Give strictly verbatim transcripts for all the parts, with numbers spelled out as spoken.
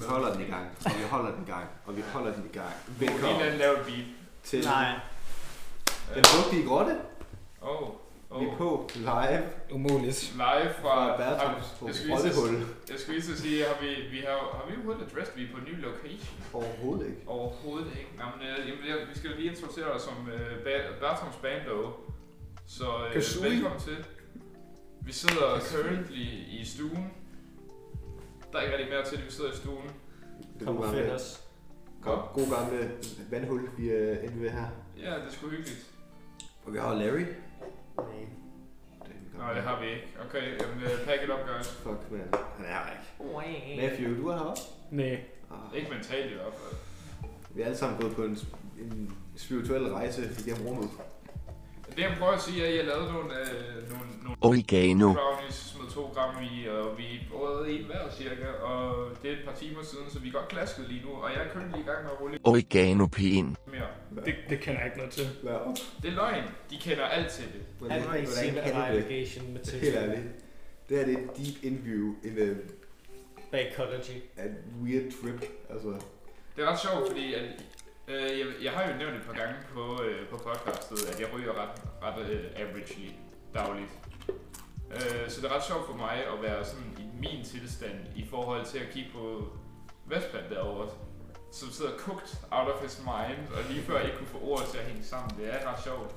Vi holder den i gang, og vi holder den i gang, og vi holder den i gang. Velkommen. Vi laver et beat. Til Nej. Den dygtige grotte. Åh. Oh. Vi er på live. Umuligt. Live fra Bertrams på Grottehul. Jeg skulle lige så sige, har vi, vi har, har vi overhovedet adressed, vi er på en ny location? Overhovedet ikke. Overhovedet ikke. Nå, men, øh, vi skal lige introducere os som øh, Bertrams Bando. Så øh, velkommen til. Vi sidder currently i stuen. Der er ikke rigtig mere til det, vi sidder i stuen. Kom og fedt os. God, god gamle vandhul, vi er inde ved her. Ja, det er sgu hyggeligt. Og vi har Larry. Nej. Nej, det har vi ikke. Okay, jamen, uh, pack it up, guys. Fuck, man. Han er her ikke. Matthew, du er heroppe? Nej. Ah. Ikke mentalt i hvert fald. Vi er alle sammen gået på en, en spirituel rejse igennem rummet. Det jeg prøver at sige er, at jeg lavede nogle, øh, nogle, nogle oregano brownies, smed to gram i, og vi brød en hver cirka, og det er et par timer siden, så vi er godt klasket lige nu, og jeg er kun lige i gang med at rulle oregano pin. mere. Det, det kender jeg ikke noget til. Hvad? Det er løgn. De kender alt til det. Hvordan, Every single allegation med til. Helt ærligt. Det her det er et deep interview in a Bacology. A weird trip, altså. Det er ret sjovt, fordi at, øh, jeg, jeg har jo nævnt et par gange på, øh, på podcastet, at jeg ryger ret, ret øh, averagely dagligt. Øh, så det er ret sjovt for mig at være sådan i min tilstand i forhold til at kigge på Vestplan derovre, som sidder cooked out of his mind, og lige før jeg ikke kunne få ord til at hænge sammen. Det er ret sjovt.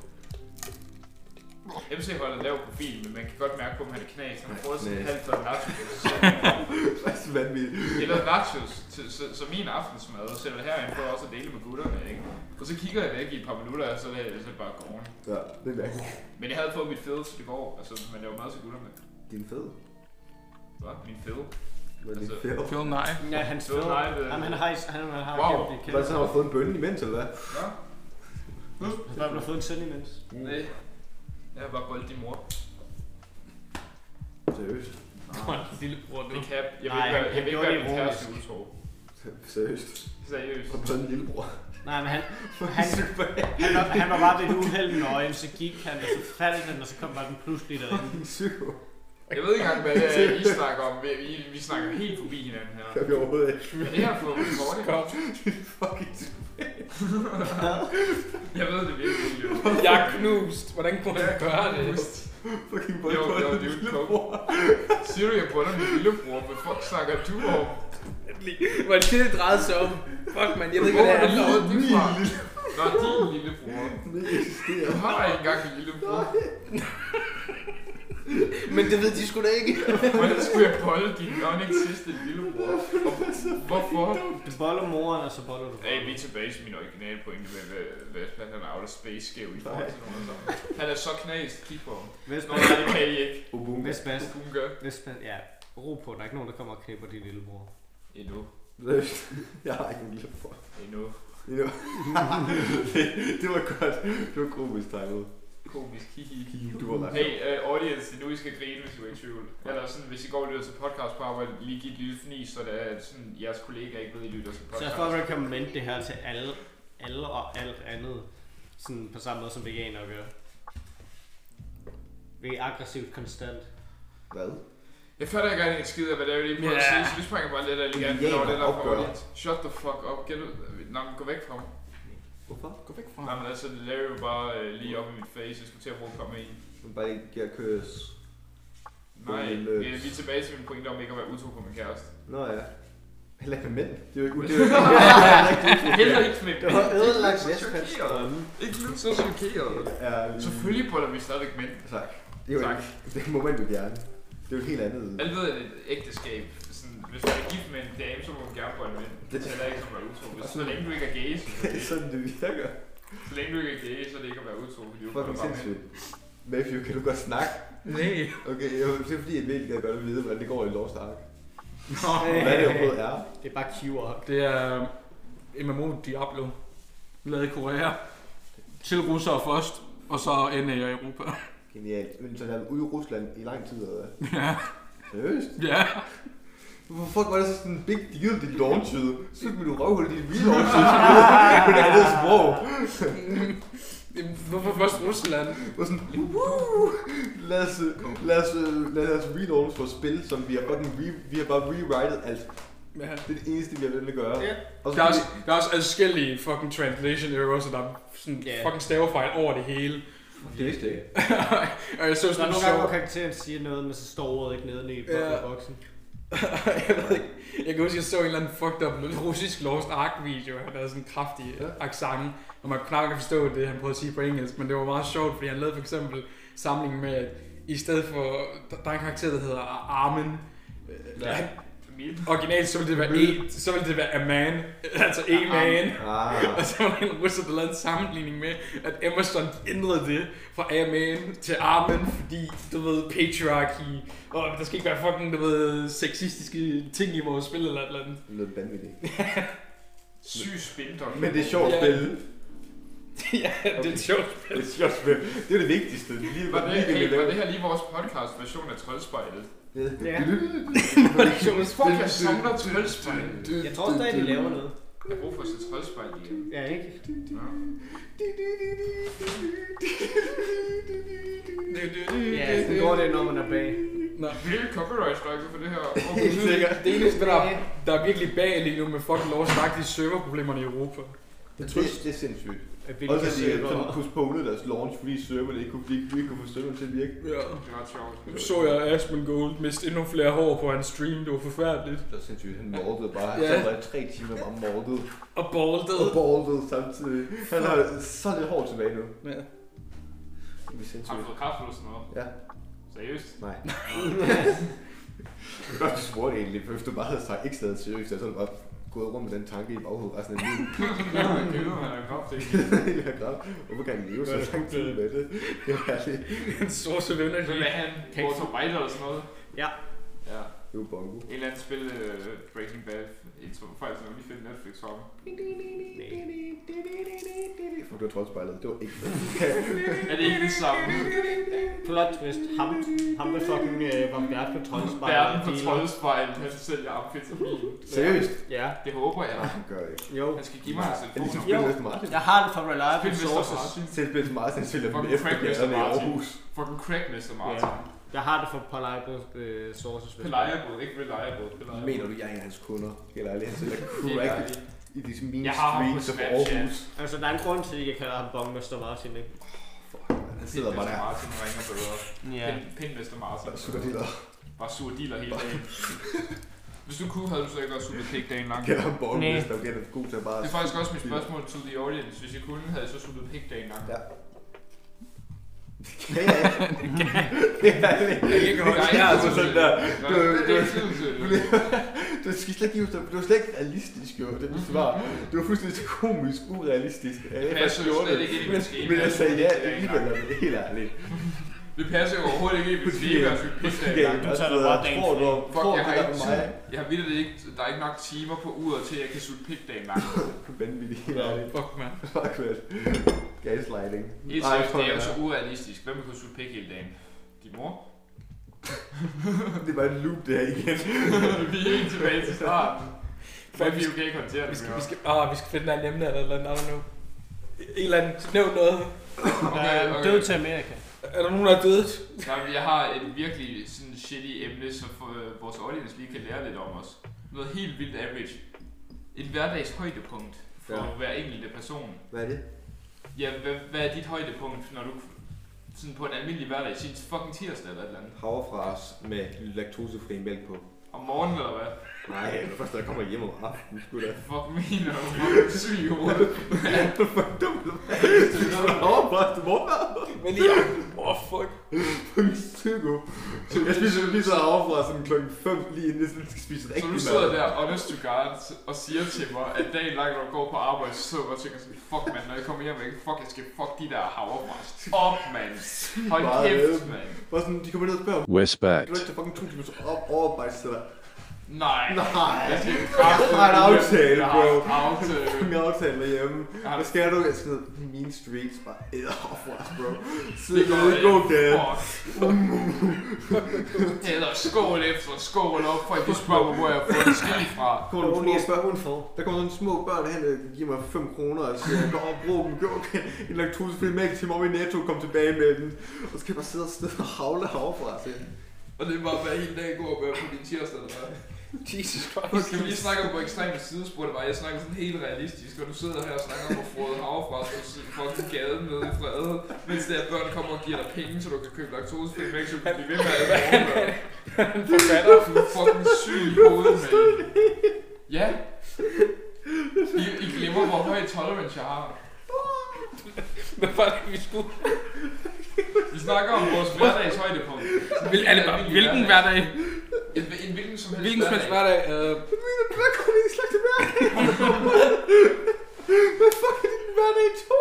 M C holder lav profil, men man kan godt mærke på, at han er knas. Han har fået sådan en halv tør nachos. Jeg lavede nachos, til, så, så min aftensmad sætter det herinde for også at dele med gutterne, ikke? Og så kigger jeg væk i et par minutter, og så er det, så er det bare gården. Ja, det er mærkeligt. Men jeg havde fået mit fede til det går, altså man laver mad til gutterne. Din fede? Hvad? Min fede? Hvad er din Altså, fede? Fede nej. Ja, hans fede. Jamen, han har, han har wow. gemt det kæmpe. Hvad så, har du fået en bønne imens, eller hvad? Ja. Han har fået en søn imens. Nej. Jeg har bare boldt din mor. Seriøst? Nå, lillebror nu. Det kan jeg. Jeg Nej, vil ikke være, han jeg vil ikke gjorde være det min ironisk. kæreste udtro. Seriøst? Seriøst. Har du fået en lillebror? Nej, men han, han, han, var, han var bare ved et uheld med øjen, så gik han, og så faldt han, og så kom bare den pludselig derinde. Psyko. Jeg ved ikke engang, hvad det er, I snakker om. Vi, vi, vi snakker helt forbi hinanden her. Det har vi overhovedet ikke. Men det her fået mig hurtigt. Kom. Fucking Jeg ved det virkelig ikke. Jeg er knust. Hvordan kunne jeg gøre det? Fucking Jo, jo, det er jo et coke. Siger du, jeg bunder min lillebror? Hvad fuck snakker du om? Hvor det det drejede sig om. Fuck man, jeg ved ikke, hvad det handler om. Min lillebror. Nå, din lillebror. Det eksisterer. Du har ikke engang en lillebror. Men det ved de sgu da ikke. Hvordan skulle jeg bolde din non-existent lillebror? Og hvorfor? Du boller moren, og så boller du. Hey, vi er tilbage til min originale pointe med, hvad han er out of space skæv i forhold til nogen af. Han er så knæst, kig på ham. Nå, nej, det kan I ikke. Ubunga. Vestpas. Ubunga. Vestpas, ja. Ro på, der er ikke nogen, der kommer og knipper din lillebror. Endnu. Jeg har ikke en lillebror. Endnu. Endnu. det, det var godt. Det var komisk timet. Komisk, hihi. Du var ret. Hey, uh, audience, det er nu I skal grine, hvis I er i tvivl. Eller sådan, hvis I går og lytter til podcast på arbejde, lige give et lille fnis, så det er sådan, jeres kollegaer ikke ved, I lytter til podcast. Så jeg får recommend det her til alle, alle og alt andet, sådan på samme måde som veganer gør. Vi er aggressivt konstant. Hvad? Jeg fatter ikke rigtig en skid af, hvad det er, jeg lige prøver yeah. at sige, så vi springer bare lidt af lige igen. Veganer Det der opgør. audience. Shut the fuck up, get ud. Nå, men gå væk fra mig. Hvorfor? Gå væk fra Nej, men altså, det laver jo bare øh, lige op i mit face, jeg skulle til at bruge komme ind. Du bare ikke giver kys. Nej, Lille- vi er lige tilbage til min pointe om ikke at være utro på min kæreste. Nå ja. Heller ikke med mænd. Det er jo ikke det er jo ikke Heller ikke med Det var ødelagt så Vestpas drømme. Ikke lidt så chokeret. Ja, Selvfølgelig boller vi stadigvæk mænd. Tak. Det er jo Tak. ikke, det må man jo gerne. Det er jo et helt andet. Alle ved, at et ægteskab, sådan, hvis man er gift med en dame, så må man gerne bolle mænd. Det er heller ikke som at være utro. Hvis, så længe du ikke er gay, så, Det er sådan, det virker. så længe du ikke er gay, så er det ikke at være utro. Fordi du Fucking boller bare mænd. sindssygt. Matthew, kan du godt snakke? Nej. Okay, jeg, det er fordi, jeg virkelig kan godt vide, hvordan det går i Lost Ark. Nå. Hvad det overhovedet er. Det er bare Q-Ark. Det er M M O Diablo. Lavet i Korea. Til russere først, og så N A i Europa. Genialt. Men så er ude i Rusland i lang tid, eller hvad? Ja. Seriøst? Ja. Hvorfor fuck var det så sådan en big deal, det launchede? Så med du røvhul, det relaunchede på et andet sprog. Hvorfor først Rusland? Og sådan, woo, lad os, lad os, lad os relaunch vores spil, som vi har, gotten re, vi har bare rewritet alt. Ja. Det er det eneste, vi har vendt at gøre. Ja. Og så Der er, også, der er også adskillige fucking translation errors, og der er sådan Ja. fucking stavefejl over det hele. det vidste jeg ikke. Og jeg så Der er sådan nogle en gange, hvor sjov... karakteren siger noget, men så står ordet ikke nede i Ja. boksen. jeg ved ikke. Jeg kan huske, jeg så en eller anden fucked up russisk Lost Ark video. Han havde sådan en kraftig Ja. accent, og man knap kan forstå det, han prøvede at sige på engelsk. Men det var meget sjovt, fordi han lavede for eksempel samling med, at i stedet for... Der der er en karakter, der hedder Armin. Ja. Han, Emil. originalt så ville det være E, så ville det være a man, altså a man. Ah. Og så var der en russer, der lavede en sammenligning med, at Emerson ændrede det fra a man til Armin, fordi, du ved, patriarchy, og der skal ikke være fucking, du ved, sexistiske ting i vores spil eller et eller andet. Det lød vanvittigt. Syg spindok. Men det er sjovt Ja. spil. Ja, det er et sjovt spil. Det er sjovt spil. Det er det vigtigste. Lige, Var det, lige, hey, var det her lige vores podcast version af Troldspejlet? Ja. Ja. Fuck, jeg savner Troldspejlet. Jeg tror stadig, de laver noget. Jeg har brug for at se Troldspejlet igen. Ja, ikke? Ja. Ja, sådan går det, når man er bag. Nå. Hvilke copyright strike for det her? Helt sikkert. Det eneste, der, der er virkelig bag lige nu med fucking lovsnagtige serverproblemerne i Europa. Det, det, det er sindssygt. Hvilke Også at de server- sådan postponede deres launch, fordi serverne ikke kunne, ikke, ikke kunne få serveren til at virke. Ja. Det er ret sjovt. Så jeg Asmongold miste endnu flere hår på hans stream, det var forfærdeligt. Det var sindssygt. Han mordede bare. Ja. Han sad i tre timer bare mordet. Og balded. Og baldede samtidig. Han har så lidt hår tilbage nu. Ja. Det er Har du sindssygt. fået kraft eller sådan noget? Ja. Seriøst? Nej. Det var godt, du spurgte egentlig, for hvis du bare havde sagt ikke stadig seriøst, så havde du bare gået rundt med den tanke i baghovedet resten af livet. Ja, man kan vide, man har kraft, ikke? Jeg har grædt. Hvorfor kan han leve så lang tid med det? Det er herligt. En source of energy. Hvad er han? Motorrider eller sådan noget? Ja. Ja. Det er jo bongo. En eller anden spil, uh, Breaking Bad, intro, faktisk når lige fedt Netflix om. Fuck, det var troldspejlet. Det var ikke Er det ikke det samme? Plot twist. Ham, ham der fucking øh, var vært på Troldspejlet. Verden på Troldspejl, han sælger amfetamin. seriøst. Ja. Det håber jeg. Nej, han gør det ikke. Jo. Han skal give mig en Er det ligesom telefon. spil Mister Martin? Jeg har det fra Reliable Spil mister Sources. Martin. Selv spil til Martin, sælger dem Fucking efter crack mister gaderne i Martin. Aarhus. Fucking crack mister Martin. Ja. Jeg har det fra Reliable øh, Sources. Reliable, ikke reliable. Reliable. Mener du, jeg er en af hans kunder? Helt ærligt, han sælger Helt crack ærligt. i disse mean Jeg har ham på streets of Snapchat. Aarhus. Altså, der er en grund til, at jeg kalder ham Bongmester Martin, ikke? Fuck, man. Han sidder bare der. Martin ringer bedre. Ja. Pind, Pindmester Martin. Og sutter dealer. Bare sur dealer hele dagen. Hvis du kunne, havde du så ikke også suttet pik dagen lang. Gælder ham borgmester, og gælder god til at bare... Det er faktisk også mit spørgsmål til the audience. Hvis jeg kunne, havde jeg så suttet pik dagen lang. Ja. Ja, ja, ja. Det er det. Jeg kan ikke holde Nej, jeg jeg er er sådan sådan der. der. Du- Det du- er tid til Du, det. du skal slet ikke give dig. Du var slet ikke realistisk, jo. Det var svar. Det var fuldstændig komisk, urealistisk. Jeg Det passer jo slet ikke ind i men, mit schema. men jeg sagde ja, alligevel er det helt ærligt. Det passer jo overhovedet ikke i mit schema at fylde pik dagen lang. Du tager da bare dagen Tror du, Fuck, tror jeg du, har det er ikke for mig? tid. Jeg har vildt ikke, der er ikke nok timer på uret til, at jeg kan sutte pik dagen lang. Vanvittigt, helt ærligt. Fuck, man. Fuck, vel. Gaslighting. Helt Nej, seriøst, fuck, det er jo ja. så urealistisk. Hvem vil kunne sutte pik hele dagen? Din mor? Det er bare en loop der igen. Vi er helt tilbage til starten. Men vi kan ikke håndtere Vi det skal, mere. vi skal, ah, vi skal finde en emne eller et eller andet, I don't know. En eller anden, nævn noget. Okay, okay. Død til Amerika. Er der nogen, der er dødet? Nej, men jeg har et virkelig sådan shitty emne, så for, øh, vores audience lige kan lære lidt om os. Noget helt vildt average. Et hverdags højdepunkt for Ja. hver enkelte person. Hvad er det? Ja, hvad, hvad er dit højdepunkt, når du sådan på en almindelig hverdag, sin fucking tirsdag eller et eller andet? Havrefras med laktosefri mælk på. Om morgenen eller hvad? Nej, det er først, da jeg kommer hjem om aftenen, sgu da. Fuck mener du, fucking syg i hovedet. Fuck dumt, eller hvad? Det er havrefras til morgenmad. Men lige, oh fuck. Fucking psyko. Jeg spiser lige så havrefras sådan klokken fem, lige inden jeg sådan skal spise Så rigtig du sidder der honest to God og siger til mig, at dagen lang, når du går på arbejde, så sidder du og tænker sådan, fuck mand, når jeg kommer hjem, jeg kan fuck, jeg skal fuck de der havrefras op, mand. Hold Meget kæft, lavt. mand. Bare sådan, de kommer ned og spørger, Respect. du er ikke til fucking to timer op overarbejde til dig. Nej. Nej. Jeg skal Jeg har en aftale, Jeg bro. har en aftale. Fucking aftale derhjemme. Jeg har- Hvad skal du? Jeg skal ned på Mean Streets, bare æder havrefras, bro. Så Det det er god gade. Eller skål efter skål op, for at de spørger mig, hvor jeg har fået det ski fra. Kommer Hvor nogle lige små, spørger hun for? der kommer nogle små børn hen, der giver mig fem kroner, og siger, jeg går op og bruger dem, gør en laktosefri mælk til mig op i Netto, kom tilbage med den. Og så skal jeg bare sidde og sidde og havle havrefras ind. Og det er bare hver hele dag går og være på din tirsdag, eller hvad? Jesus Christ. Skal vi lige snakke om, hvor ekstremt sidespor det var? Jeg snakker sådan helt realistisk, og du sidder her og snakker om at frode havrefra på fucking gaden nede i Frede, mens der børn kommer og giver dig penge, så du kan købe laktosefri mælk, så du kan blive ved med at lave En forfatter. Du er fucking syg i hovedet, mand. Ja. I, I glemmer, hvor høj tolerance jeg har. Hvad var det, vi skulle? Vi snakker om vores hverdags højdepunkt. Vil, er det bare, hvilken hverdag? En, en hvilken som helst Hvilken som helst hverdag? Øh... Hvad går det i slags hverdag? Hvad fuck er din hverdag to?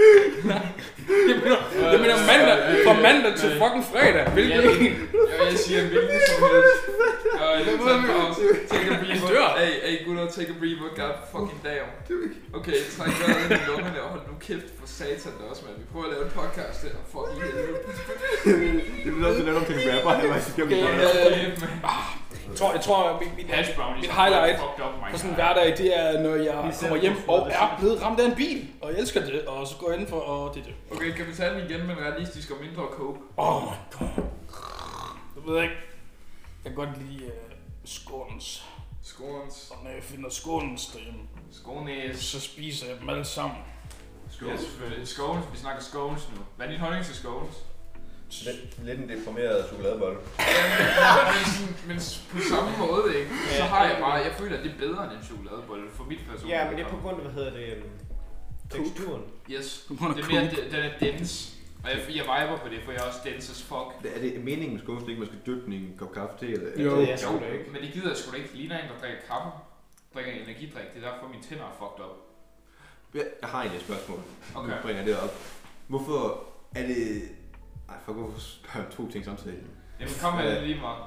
Jeg mener, jeg mener mandag, fra mandag til fucking fredag. Hvilken ja, en? Ja, jeg siger hvilken som helst. Og jeg tager en pause. Take a breather. Hey, hey gutter, take a breather. God fucking damn. Okay, træk vejret ind i lungerne og hold nu kæft for satan der også, mand. Vi prøver at lave en podcast her. Fuck i helvede. Det bliver også lavet om til en rapper. Okay, jeg tror, jeg tror, mit, mit, mit highlight på sådan en hverdag, det er, når jeg kommer hjem og er blevet ramt af en bil, og jeg elsker det, og så går jeg ind for, og det er det. Okay, kan vi tage den igen med en realistisk og mindre coke? Oh my god. Jeg ved ikke. Jeg kan godt lide uh, skåns. Skåns. Og når jeg finder skåns derhjemme, Skånes. så spiser jeg dem alle sammen. Ja, selvfølgelig. Scones. Vi snakker scones nu. Hvad er din holdning til scones? Lidt, lidt en deformeret chokoladebolle. Ja, men, men, men på samme måde, ikke? Så har jeg bare, jeg føler, at det er bedre end en chokoladebolle for mit person. Ja, men det er på grund af, hvad hedder det, teksturen. Yes, det er mere, den er dense. Og jeg, jeg viber på det, for jeg er også dense as fuck. Er det meningen med skumst, ikke man skal dyppe den i en kop kaffe til? Eller? Jo, det er jo ikke. Men det gider jeg sgu da ikke. Ligner en, der drikker kaffe, drikker energidrik. Det er derfor, mine tænder er fucked up. Jeg har egentlig et spørgsmål. Okay. Nu bringer jeg det op. Hvorfor er det... Ej, fuck, hvorfor spørger jeg to ting samtidig? Jamen kom med det lige meget.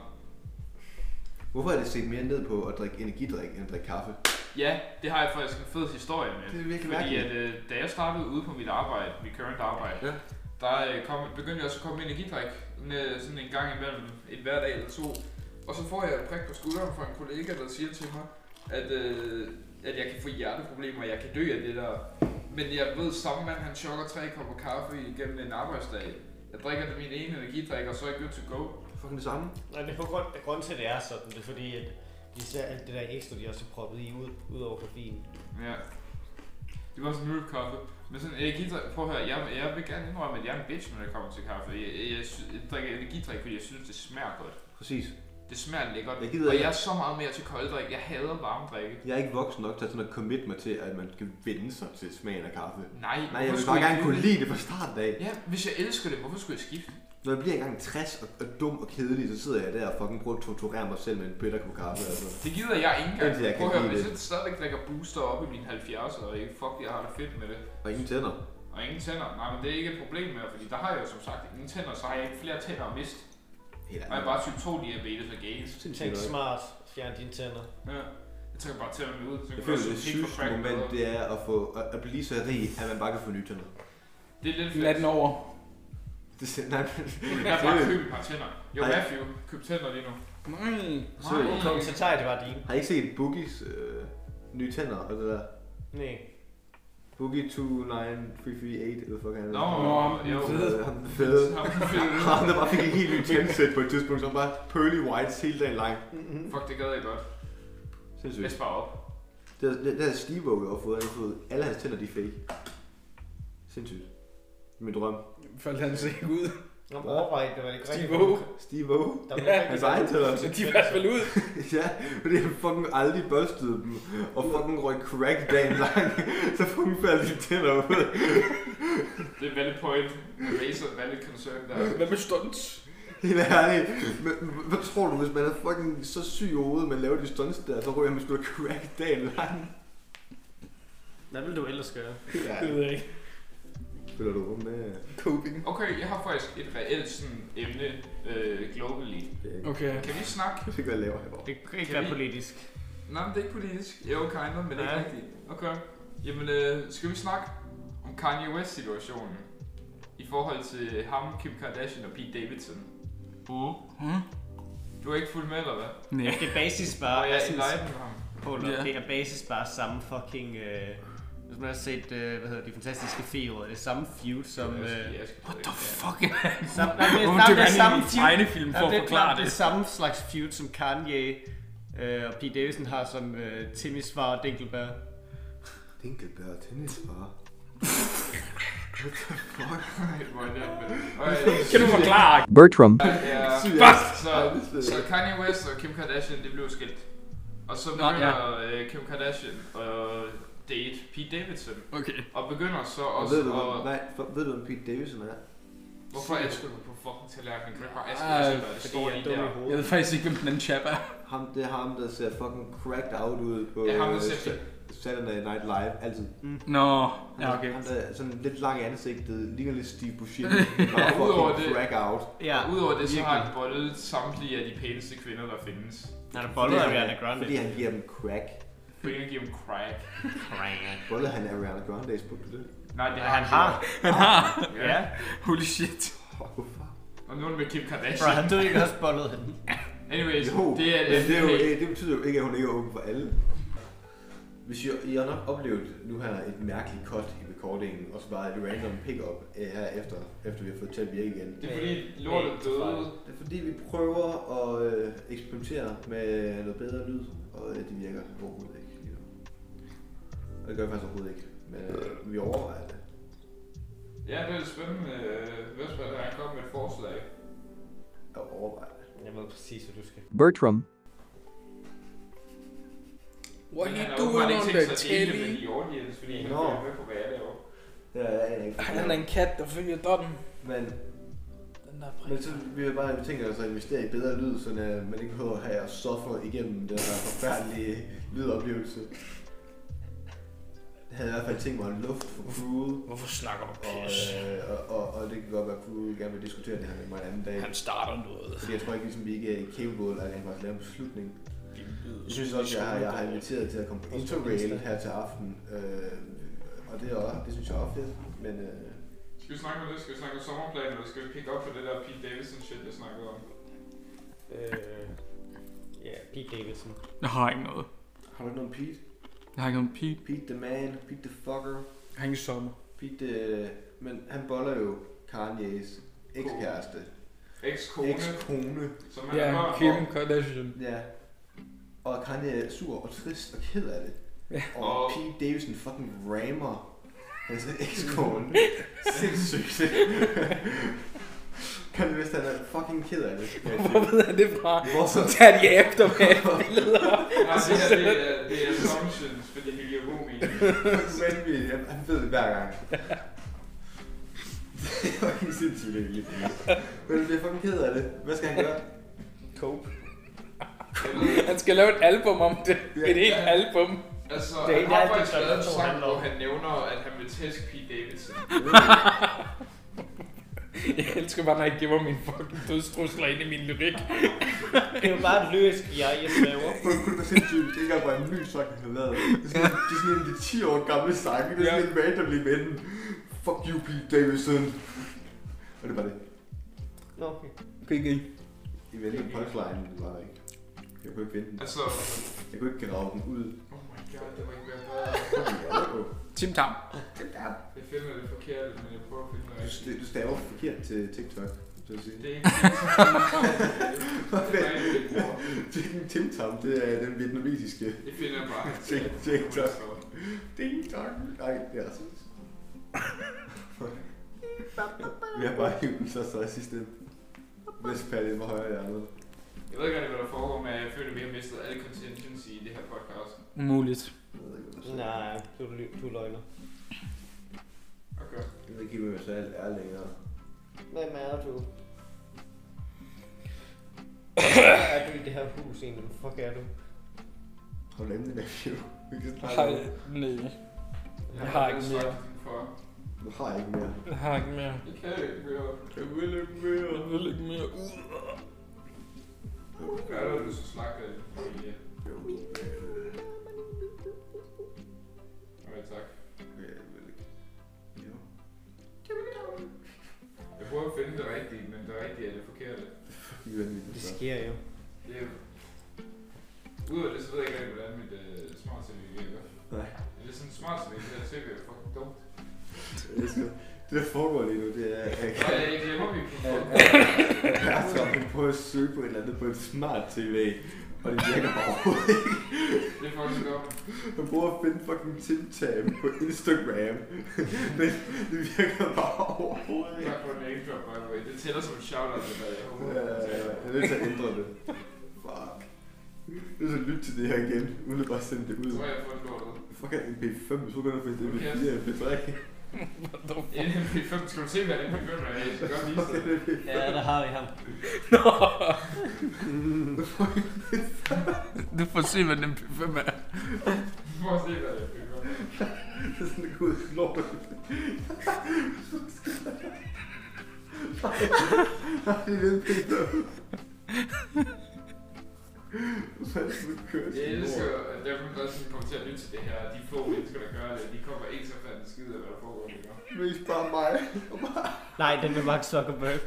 Hvorfor er det set mere ned på at drikke energidrik end at drikke kaffe? Ja, det har jeg faktisk en fed historie med. Det er virkelig Fordi mærkeligt. at, øh, da jeg startede ude på mit arbejde, mit current arbejde, Ja. der øh, kom, begyndte jeg også at komme med energidrik med sådan en gang imellem, en hverdag eller to. Og så får jeg et prik på skulderen fra en kollega, der siger til mig, at, øh, at jeg kan få hjerteproblemer, og jeg kan dø af det der. Men jeg ved, samme mand, han chokker tre kopper kaffe igennem en arbejdsdag. Jeg drikker det min ene energidrik, og så er jeg good to go. Fucking det samme. Nej, det er på grund, grund til, at det er sådan. Det er fordi, at de ser alt det der ekstra, de også har proppet i ud, ud over koffein. Ja. Det var sådan en kaffe. Men sådan energidrik, prøv at høre, jeg, jeg vil gerne indrømme, at jeg er en bitch, når det kommer til kaffe. Jeg, jeg, jeg, jeg drikker energidrik, fordi jeg synes, det smager godt. Præcis. Det smager lækkert, Jeg gider og ikke. jeg er så meget mere til kolddrik. Jeg hader varme drikke. Jeg er ikke voksen nok til at, sådan at commit mig til, at man skal vende sig til smagen af kaffe. Nej, Nej, jeg vil skulle bare gerne kunne det? lide det fra starten af. Ja, hvis jeg elsker det, hvorfor skulle jeg skifte? Når jeg bliver engang tres og, og dum og kedelig, så sidder jeg der og fucking prøver at torturere mig selv med en bitter kop kaffe. Altså. Det gider jeg ikke engang. Indtil jeg kan Prøv at høre, lide hvis det. jeg stadigvæk drikker booster op i mine halvfjerdser, og ikke fuck, jeg har det fedt med det. Og ingen tænder. Og ingen tænder. Nej, men det er ikke et problem mere, fordi der har jeg jo som sagt ingen tænder, så har jeg ikke flere tænder at miste. Helt Og jeg er bare type to diabetes og gains. Tænk smart, fjern dine tænder. Ja. Jeg tager bare tænderne ud. Så Jeg kan føler, også det kigge på sygeste crack moment, bedre. det er at, få, at, at blive så rig, at man bare kan få nye tænder. Det er lidt Lad den fedt. over. Det, nej, men... Jeg har bare købt et par tænder. Jo, Ej. Matthew, køb tænder lige nu. Nej. Så, Nej. Kom, så tager jeg det bare dine. har I ikke set Boogies øh, nye tænder og det der? Nej. Boogie to nine three three eight, eller hvad han Nå, Nå, jo. fed. Han er fed. Ham er fed. Han der bare fik en helt ny tændsæt på et tidspunkt, som bare pearly whites hele dagen lang. Fuck, det gad jeg godt. Sindssygt. Jeg sparer op. Det er, det, det er Steve-O, jeg har fået. Han har fået alle hans tænder, de er fake. Sindssygt. Min drøm. Faldt han så ikke ud. Nå, overvej, det var ikke rigtig. Steve-O. Steve-O. Der var Ja, ikke Hans rigtig- egen tænder. Så de er i hvert fald ud. Ja, fordi han fucking aldrig børstede dem. Og fucking røg crack dagen lang. Så fucking faldt de tænder ud. Det er valid point. Razor valid concern der. Hvad med stunts? Helt ærligt. Men, hvad tror du, hvis man er fucking så syg i hovedet, man laver de stunts der, så ryger man sgu da crack dagen lang. Hvad vil du ellers gøre? Ja, Det ved jeg ikke. spiller du rum med? Coping. Okay, jeg har faktisk et reelt sådan emne øh, globally. Det er ikke, Okay. Kan vi snakke? jeg ved ikke, hvad jeg laver herovre. Det kan ikke Kan være vi- politisk. Nej, men det er ikke politisk. Jo, kind of, men ikke Nej. rigtigt. Okay. Jamen, øh, skal vi snakke om Kanye West-situationen? I forhold til ham, Kim Kardashian og Pete Davidson. Uh. Du er ikke fuldt med, eller hvad? Nej. Det er basis Og bare... jeg altså, enlighten ham. Hold Ja. up, det er basis bare samme fucking... Øh, hvis man har set, øh, hvad hedder de fantastiske feber, det er samme feud som... Øh, Jeg skal- jeg skal- What the fuck er det? samme, nej, det, Hun nej, det dykker er ind samme i feud. tegnefilm for Nej, at det, er- forklare det er det. samme slags feud som Kanye Øh, og Pete Davidson har som øh, tennisfar Dinkelberg. Dinkelberg tennisfar. What the fuck? Kan du forklare? Bertram. Ja, Fuck! så, så Kanye West og Kim Kardashian, det blev skilt. Og så begynder ja. Kim Kardashian at date Pete Davidson. Okay. Og begynder så Og også ved du, at... nej, for, ved du, hvem Pete Davidson er? Hvorfor elsker du på fucking tallerkenen? Kan du ikke bare aske mig, det står lige der? Jeg ved faktisk ikke, hvem den anden chap er. Ham, det er ham, der ser fucking cracked out ud på Ja, ham, der ser uh, Saturday Night Live, altid. Mm. Nå, ja okay. Han er sådan lidt lang i ansigtet, ligner lidt Steve Buscemi, bare fucking crack out. Ja, og udover det, så har han boldet samtlige af de pæneste kvinder, der findes. Han har boldet Ariana Grande. Fordi han giver dem crack. Fordi han giver dem crack. Crack. Boldet han Ariana Grande, spurgte du det? Nej, det har han har. Han har? Ja. Holy shit. Og nu er det med Kim Kardashian. Bro, han døde ikke også bollet hende. Anyways, jo, det er det, det, er jo, det betyder jo ikke, at hun ikke er åben for alle. Hvis I, I har nok oplevet nu her et mærkeligt cut i recordingen, og så bare et random pick-up her efter, efter vi har fået til at virke igen. Det er fordi lortet døde. Det er fordi vi prøver at øh, eksperimentere med noget bedre lyd, og øh, det virker overhovedet ikke lige nu. Og det gør vi faktisk overhovedet ikke, men øh, vi overvejer det. Ja, det er lidt spændende. Vesper, der er kommet med et forslag. Jeg overvejer det. Jeg ved præcis, hvad du skal. Bertram. What Men are han you har doing on ikke the tænkt sig at dele det med telly? de audience, fordi han Nå. følger med på, hvad jeg laver. Det er jeg ikke. Han er en kat, der følger dotten. Men, Den der men så vi har bare tænkt os at investere i bedre lyd, så man ikke behøver at have at suffer igennem den der forfærdelige lydoplevelse. Jeg havde i hvert fald tænkt mig en luft for crewet. Hvorfor snakker du Og, pis? øh, og, og, og det kan godt være, at crewet gerne vil diskutere det her med mig en anden dag. Han starter noget. Fordi jeg tror ikke, ligesom, vi ikke er capable af at lave en beslutning. Jeg synes også, at jeg har, jeg har inviteret til at komme på Interrail her til aften. Øh, og det, er også, det synes jeg er fedt. Men, øh, Skal vi snakke om det? Skal vi snakke om sommerplanen, eller skal vi pick op på det der Pete Davidson shit, jeg snakkede om? Øh, ja, Pete Davidson. Jeg har ikke noget. har du ikke noget om Pete? Jeg har ikke noget Pete. Pete the man, Pete the fucker. Jeg har ingen sommer. Pete the... Men han boller jo Kanye's ekskæreste. Ex-kone. Eks-kone. Som han Ja, er Kim og, Kardashian. Ja. Og Kanye er sur og trist og ked af det. Ja. Og Og- Pete Davidson fucking rammer altså ekskone. Sindssygt. Kanye West, han er fucking ked af det. Hvor ved han det fra? Hvorfor? Så tager de efter med billeder. Nej, det her det er, det er assumptions, fordi det giver god mening. Vanvittigt. Han, han ved det hver gang. Det er fucking sindssygt egentlig. Men han bliver fucking ked af det. Hvad skal han gøre? Cope. Han skal lave et album om det. Et helt album. Altså, Det er han ikke har alt, faktisk det, der lavet en er to sang, handler om. hvor han nævner, at han vil tæske Pete Davidson. Jeg elsker bare, når jeg giver min fucking dødstrusler ind i min lyrik. Det er jo bare et lyrisk jeg, jeg svæver. Hvor kunne det være sindssygt, det ikke engang var en ny sang, han havde lavet. Det er sådan, det er sådan en af de ti år gamle sang. Det er sådan en randomly ven. Fuck you, Pete Davidson. Og det var det. Nå, okay. Okay, okay. I vælger en punchline, men det var der ikke. Jeg kunne ikke vinde den. Altså, Jeg kunne ikke grave den ud. oh my god, det var ikke mere bedre. Tim Tam. Jeg finder det forkert, men jeg prøver at finde det Du, rigtigt. st- du staver forkert til TikTok. Så at sige. Det er ikke det. er ikke det, bror. Chicken Tim Tam, det er den vietnamesiske Det finder jeg bare. Tik- TikTok. Ding dong. Nej, det er altså. Vi har bare hivet den så så i sidste Vestpalle var højere i andet. Jeg ved ikke rigtig, hvad der foregår, men jeg føler, at vi har mistet alle contentions i det her podcast. Muligt. Jeg ved ikke, hvad du siger. Nej, du, er- du er løgner. Okay. Jeg ved ikke, hvad jeg selv er længere. Hvem er du? Er du i det her hus egentlig? Hvor fuck er du? Hold emne med jo. Vi kan snakke Har om. jeg... Nej. Jeg har ikke mere. For. Nu har jeg ikke mere. Jeg har ikke mere. Jeg kan ikke mere. Jeg vil ikke mere. Jeg vil ikke mere. Hvad er det, du så slagter det? Ja. Okay, tak. Jeg vil ikke. Jo. Jeg prøver at finde det rigtige, men det rigtige er det forkerte. I er vanvittigt, Det så. sker jo. Det er... Udover det, så ved jeg ikke rigtig, hvordan mit uh, smart T V virker. Nej. Det er sådan en smart T V, det der T V er fucking dumt. Jeg elsker. Det der foregår lige nu, det er... Jeg Og jeg glemmer, vi på Jeg er på at søge på et eller andet på et smart T V. Og det virker bare overhovedet ikke. Det er fucking godt. Man prøver at finde fucking Tim-Tam på Instagram. Men det virker bare overhovedet ikke. Tak for en name drop, by the way. Det tæller som en shout-out, det der. Jeg håber, Ja, ja, ja. Jeg er nødt til at ændre det. Fuck. Nu er så lyt til det her igen, uden at bare sende det ud. Jeg tror, jeg har fået lortet. Fuck er en P fem, så kan du finde det med fire P tre. En M P fem, skal du se, hvad det er, jeg skal godt vise det. Ja, der har vi ham. Nå! Du får se, hvad den M P fem er. Du får se, hvad det er. Det er sådan en god slår. Nej, det er den P fem. Jeg elsker, at dem, der sådan kommer til at lytte til det her, de få mennesker, der gør det, de kommer ikke så fanden skide af, hvad der foregår. Vis bare mig. Nej, den med Mark Zuckerberg.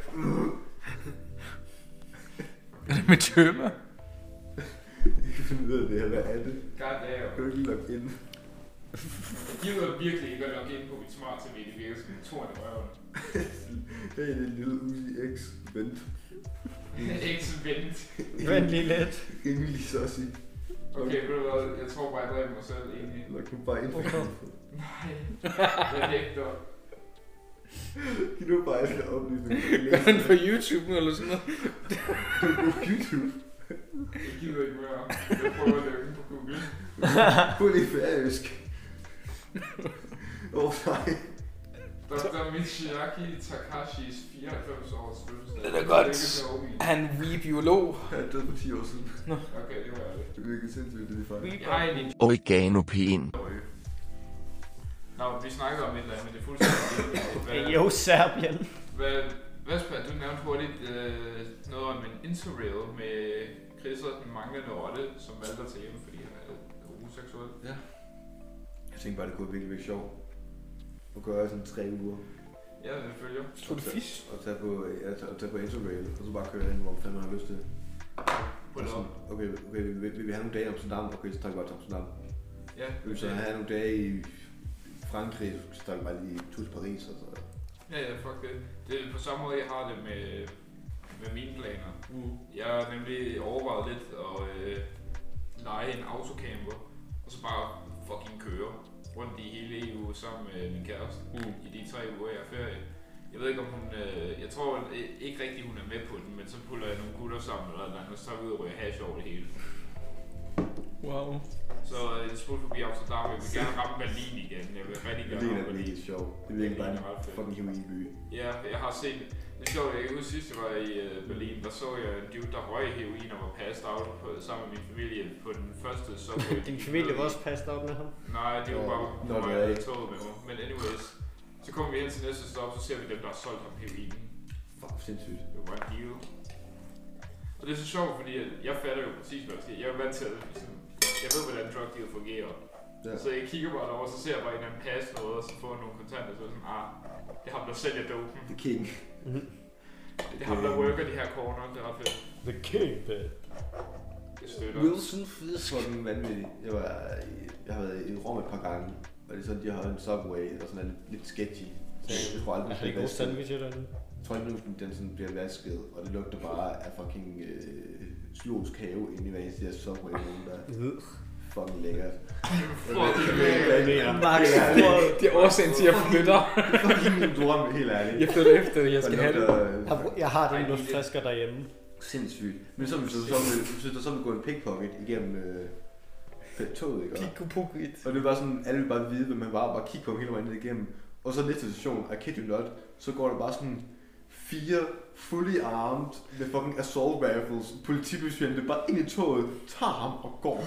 Er det med tømmer? Jeg kan finde ud af det her, hvad er det? God damn. Kan du ikke logge ind? Jeg gider virkelig ikke at logge ind på mit smart T V, det virker som en torn i røven. Hey, det er en lille Uzi X vent. Ikke så vendt. Vent lige lidt. Rimelig saucy. Okay, ved du hvad, jeg tror bare, jeg dræber mig selv egentlig. Log nu bare ind. Nej, jeg nægter. Giv nu bare en oplysning. Gør han på YouTube nu, eller sådan noget? På YouTube. Jeg gider ikke mere. Jeg prøver at lægge den på Google. Hun er færøsk. Åh oh, nej. doktor Michiaki Takashis fireoghalvfems års fødselsdag. Det er godt. Han er biolog. Han er død for ti år siden. Okay, det var ærligt. Det virker sindssygt, det er fejl. Jeg har egentlig... Oregano-pin. Nå, vi snakkede om et eller andet, men det er fuldstændig... Jo, Serbien. Hvad, Vespa, du nævnte hurtigt øh, noget om en interrail med Chris og den manglende rotte, som valgte at tage hjem, fordi han er homoseksuel. Ja. Jeg tænkte bare, det kunne virkelig være sjovt. At gøre sådan tre uger. Ja, det følger. Tror du fisk? Og tage på, ja, tage, tage på interrail, og så bare køre ind, hvor man fanden har lyst til. På det op. Okay, okay vil, vil, vil vi have nogle dage i Amsterdam? Okay, så tager vi bare til Amsterdam. Ja, Vil vi så have nogle dage i Frankrig, så tager vi bare lige tur til Paris og så. ja, ja, fuck det. Det er på samme måde, jeg har det med, med mine planer. Mm. Jeg har nemlig overvejet lidt at øh, lege en autocamper, og så bare fucking køre rundt i hele E U sammen med min kæreste Mm. i de tre uger, jeg er ferie. Jeg ved ikke om hun, øh, jeg tror ikke rigtig hun er med på den, men så puller jeg nogle gutter sammen eller noget, og så tager vi ud og ryger hash over det hele. Wow. Så øh, jeg spurgte forbi Amsterdam, jeg vil gerne ramme Berlin igen. Jeg vil rigtig gerne Det ramme er Berlin. virkelig sjovt. Det er virkelig bare en fucking heroinby. Ja, jeg har set, det er sjovt, jeg kan huske sidst jeg var i øh, Berlin, der så jeg en dude, der røg heroin og var passed out på, sammen med min familie på den første subway. Din familie var også passed out med ham. Nej, det var bare Nå, på det vej er med ikke. toget med mig. Men anyways, så kommer vi hen til næste stop, så ser vi dem, der har solgt ham heroin. Fuck, sindssygt. Det var bare en deal. Og det er så sjovt, fordi jeg fatter jo præcis, hvad der sker. Jeg er vant til at sådan, jeg ved, hvordan drug deal fungerer. Ja. Så jeg kigger bare derover, så ser jeg bare en anden passe noget, og så får jeg nogle kontanter, så er jeg sådan, ah, det er ham, der sælger dopen. The King. Det er ham, der worker de her corner, det er ret fedt. The king, bed. Det støtter. Wilson Fisk. Fucking vanvittigt. Jeg, var, i- jeg har været i Rom et par gange, og det er sådan, de har en subway, der sådan er lidt, lidt sketchy. Så jeg, jeg tror aldrig, Er den det bliver gode vasket. sandwicher derinde? Jeg tror ikke, den, den sådan bliver vasket, og det lugter bare af fucking øh, zoologisk have inde i hver eneste der subway, nogen der er fucking lækkert. Max, Det er årsagen til, at jeg flytter. Fucking min drøm, helt ærligt. Jeg flytter efter det, jeg skal Og have det. lugter, øh, jeg har den luftflasker derhjemme. Sindssygt. Men så hvis du så vil, hvis der så vil gå en pickpocket igennem øh, toget, ikke? Pikupukit. Og det var sådan, alle ville bare vide, hvem man var, og bare kigge på ham hele vejen ned igennem. Og så næste station, I kid you not, så går der bare sådan fire fully armed med fucking assault rifles, politibetjente bare ind i toget, tager ham og går.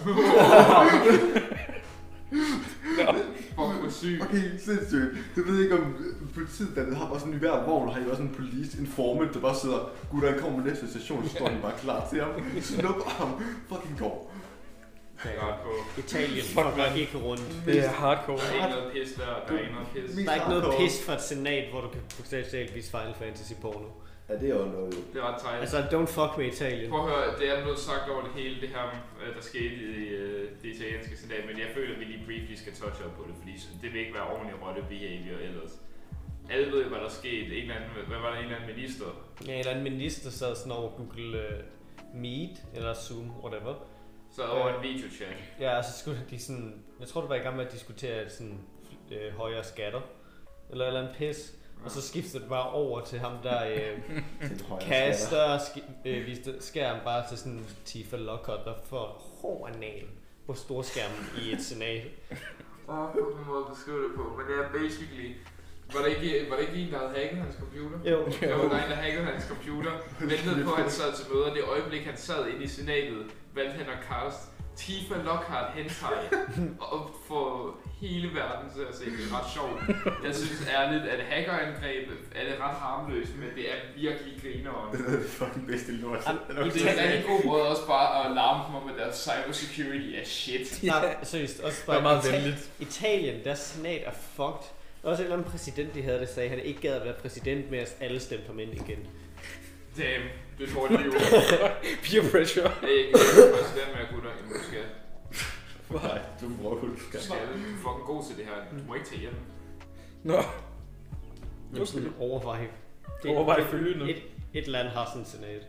Fuck, hvor sygt. Okay, sindssygt. Jeg ved ikke om politiet der har bare sådan i hver vogn, har I også sådan en police informant, der bare sidder, gud, der kommer næste station, så står de bare klar til ham. Snupper ham, fucking går. Det er ret på. Italien Fuck, fucker man. ikke rundt. Det er hardcore. Der er ikke noget pis der, der er ikke noget pis. Der er ikke noget pis for et senat, hvor du kan bogstaveligt vise Final Fantasy porno. Ja, det er jo noget. Det er ret tejt. Altså, don't fuck med Italien. Prøv at høre, det er blevet sagt over det hele, det her, øh, der skete i øh, det italienske senat, men jeg føler, at vi lige briefly skal touch up på det, fordi det vil ikke være ordentlig rotte behavior ellers. Alle ved, hvad der skete. En eller anden, hvad var der, en eller anden minister? Ja, en eller anden minister sad sådan over Google uh, Meet, eller Zoom, whatever. Så over en videochat. Ja, og så skulle de sådan... Jeg tror, du var i gang med at diskutere sådan øh, højere skatter. Eller eller en pis. Og så skiftede det bare over til ham, der øh, kaster sk- øh, viste skærm bare til sådan Tifa Lockhart, der får hård anal på storskærmen i et senat. Åh, oh, på en måde at beskrive det på. Men det er basically... Var det ikke, var det ikke en, der havde hacket hans computer? Jo. Jo, der var en, der hackede hans computer. Ventede på, at han sad til møder. Det øjeblik, han sad inde i senatet, valgte han at cast Tifa Lockhart hentai og få hele verden til at se det. Det er ret sjovt. Jeg synes ærligt, at hackerangreb er det ret harmløst, men det er virkelig grineren. Det er det fucking bedste lort. Det er en rigtig god måde også bare at larme dem om, at deres cybersecurity er shit. Nej, seriøst. Også bare det er meget Ita- venligt. Italien, der senat er fucked. Der var også en eller anden præsident, de havde, der sagde, at han ikke gad at være præsident med, at alle stemte ham ind igen. Damn, det er et hårdt liv. Peer pressure. Jeg er ikke præsident med at kunne dig, jamen du skal. Nej, du er brød. Du skal. Du er fucking god til det her. Du må ikke tage hjem. Nå. Jamen sådan overvej. Overvej følgende. Et, et land har sådan en senat.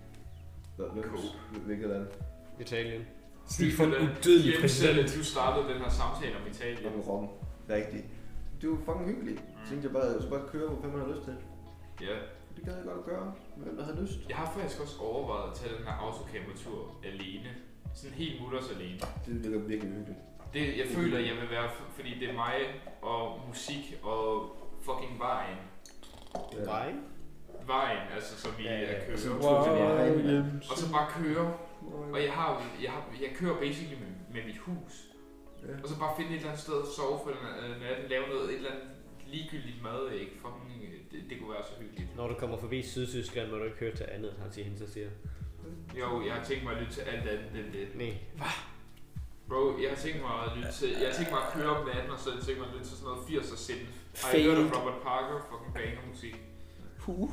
Hvilket land? Italien. Stefan udødelig præsident. Hjemsætte, du startede den her samtale om Italien. Om Rom. Rigtigt. Det var fucking hyggeligt. Jeg tænkte jeg bare, at jeg skulle bare køre, hvor fanden man har lyst til. Ja. Det gad jeg godt at gøre, med hvem der havde lyst. Jeg har faktisk også overvejet at tage den her autocamper-tur alene. Sådan helt mutters alene. Det virker virkelig hyggeligt. Det, jeg føler, at jeg vil være, fordi det er mig og musik og fucking vejen. Ja. Vejen? Vejen, altså som vi Ja, ja, er kører. altså, Wow. Og så bare køre. Og jeg har, jeg har, jeg kører basically med, med mit hus. Ja. Og så bare finde et eller andet sted at sove for natten, lave noget, et eller andet ligegyldigt mad, ikke? Fucking, det, det kunne være så hyggeligt. Når du kommer forbi Sydtyskland, må du ikke høre til andet, han siger hende, så siger. Jo, jeg har tænkt mig at lytte til alt andet end det. Nej. Bro, jeg har tænkt mig at lytte til, jeg har tænkt mig at køre om natten, og så har jeg tænkt mig at lytte til sådan noget firserne synth. Har I hørt om Robert Parker? Fucking banger musik. Puh.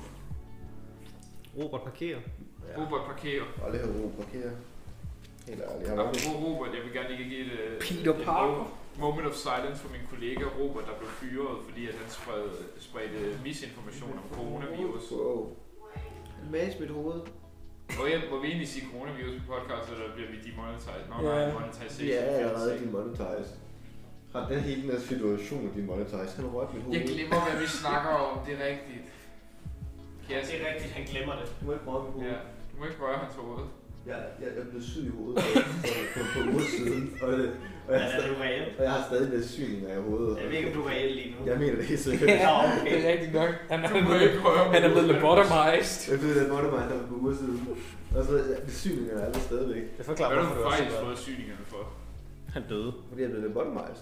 Robert parkerer. Ja. Robert parkerer. Og det her ro parkere. Helt ærligt. Jeg har Apropos Robert, jeg vil gerne lige give et, Peter et Parker. moment of silence for min kollega Robert, der blev fyret, fordi at han spred, spredte misinformation om coronavirus. Wow. En mas i mit hoved. Og jeg må vi egentlig sige coronavirus på podcast, eller bliver vi demonetized? Nå, Ja. nej, monetization. Ja, jeg er allerede demonetized. Har den hele den her situation af demonetized? Han har rørt mit hoved. Jeg glemmer, hvad vi snakker om, det er rigtigt. Ja, det er rigtigt, han glemmer det. Du må ikke røre mit hoved. Ja, du må ikke røre hans hoved. Jeg, jeg, jeg blev syg i hovedet for, for, for en uge siden, og, det, og, jeg, Ja, er du reelt? og jeg har stadig lidt syninger i hovedet. Jeg ved ikke, om du er reelt lige nu. Jeg mener det helt seriøst. Ja, okay. Det er rigtigt nok. Han er Du må blevet, ikke røre han er mit blevet hoved. lobotomized. Jeg blev lidt måtte mig, der for uger siden. Og så ja, syningerne er der stadigvæk. Det Hvad forklarer, er du hvorfor du også faktisk er fået syningerne for? Han døde. Fordi jeg blev lidt bottomized.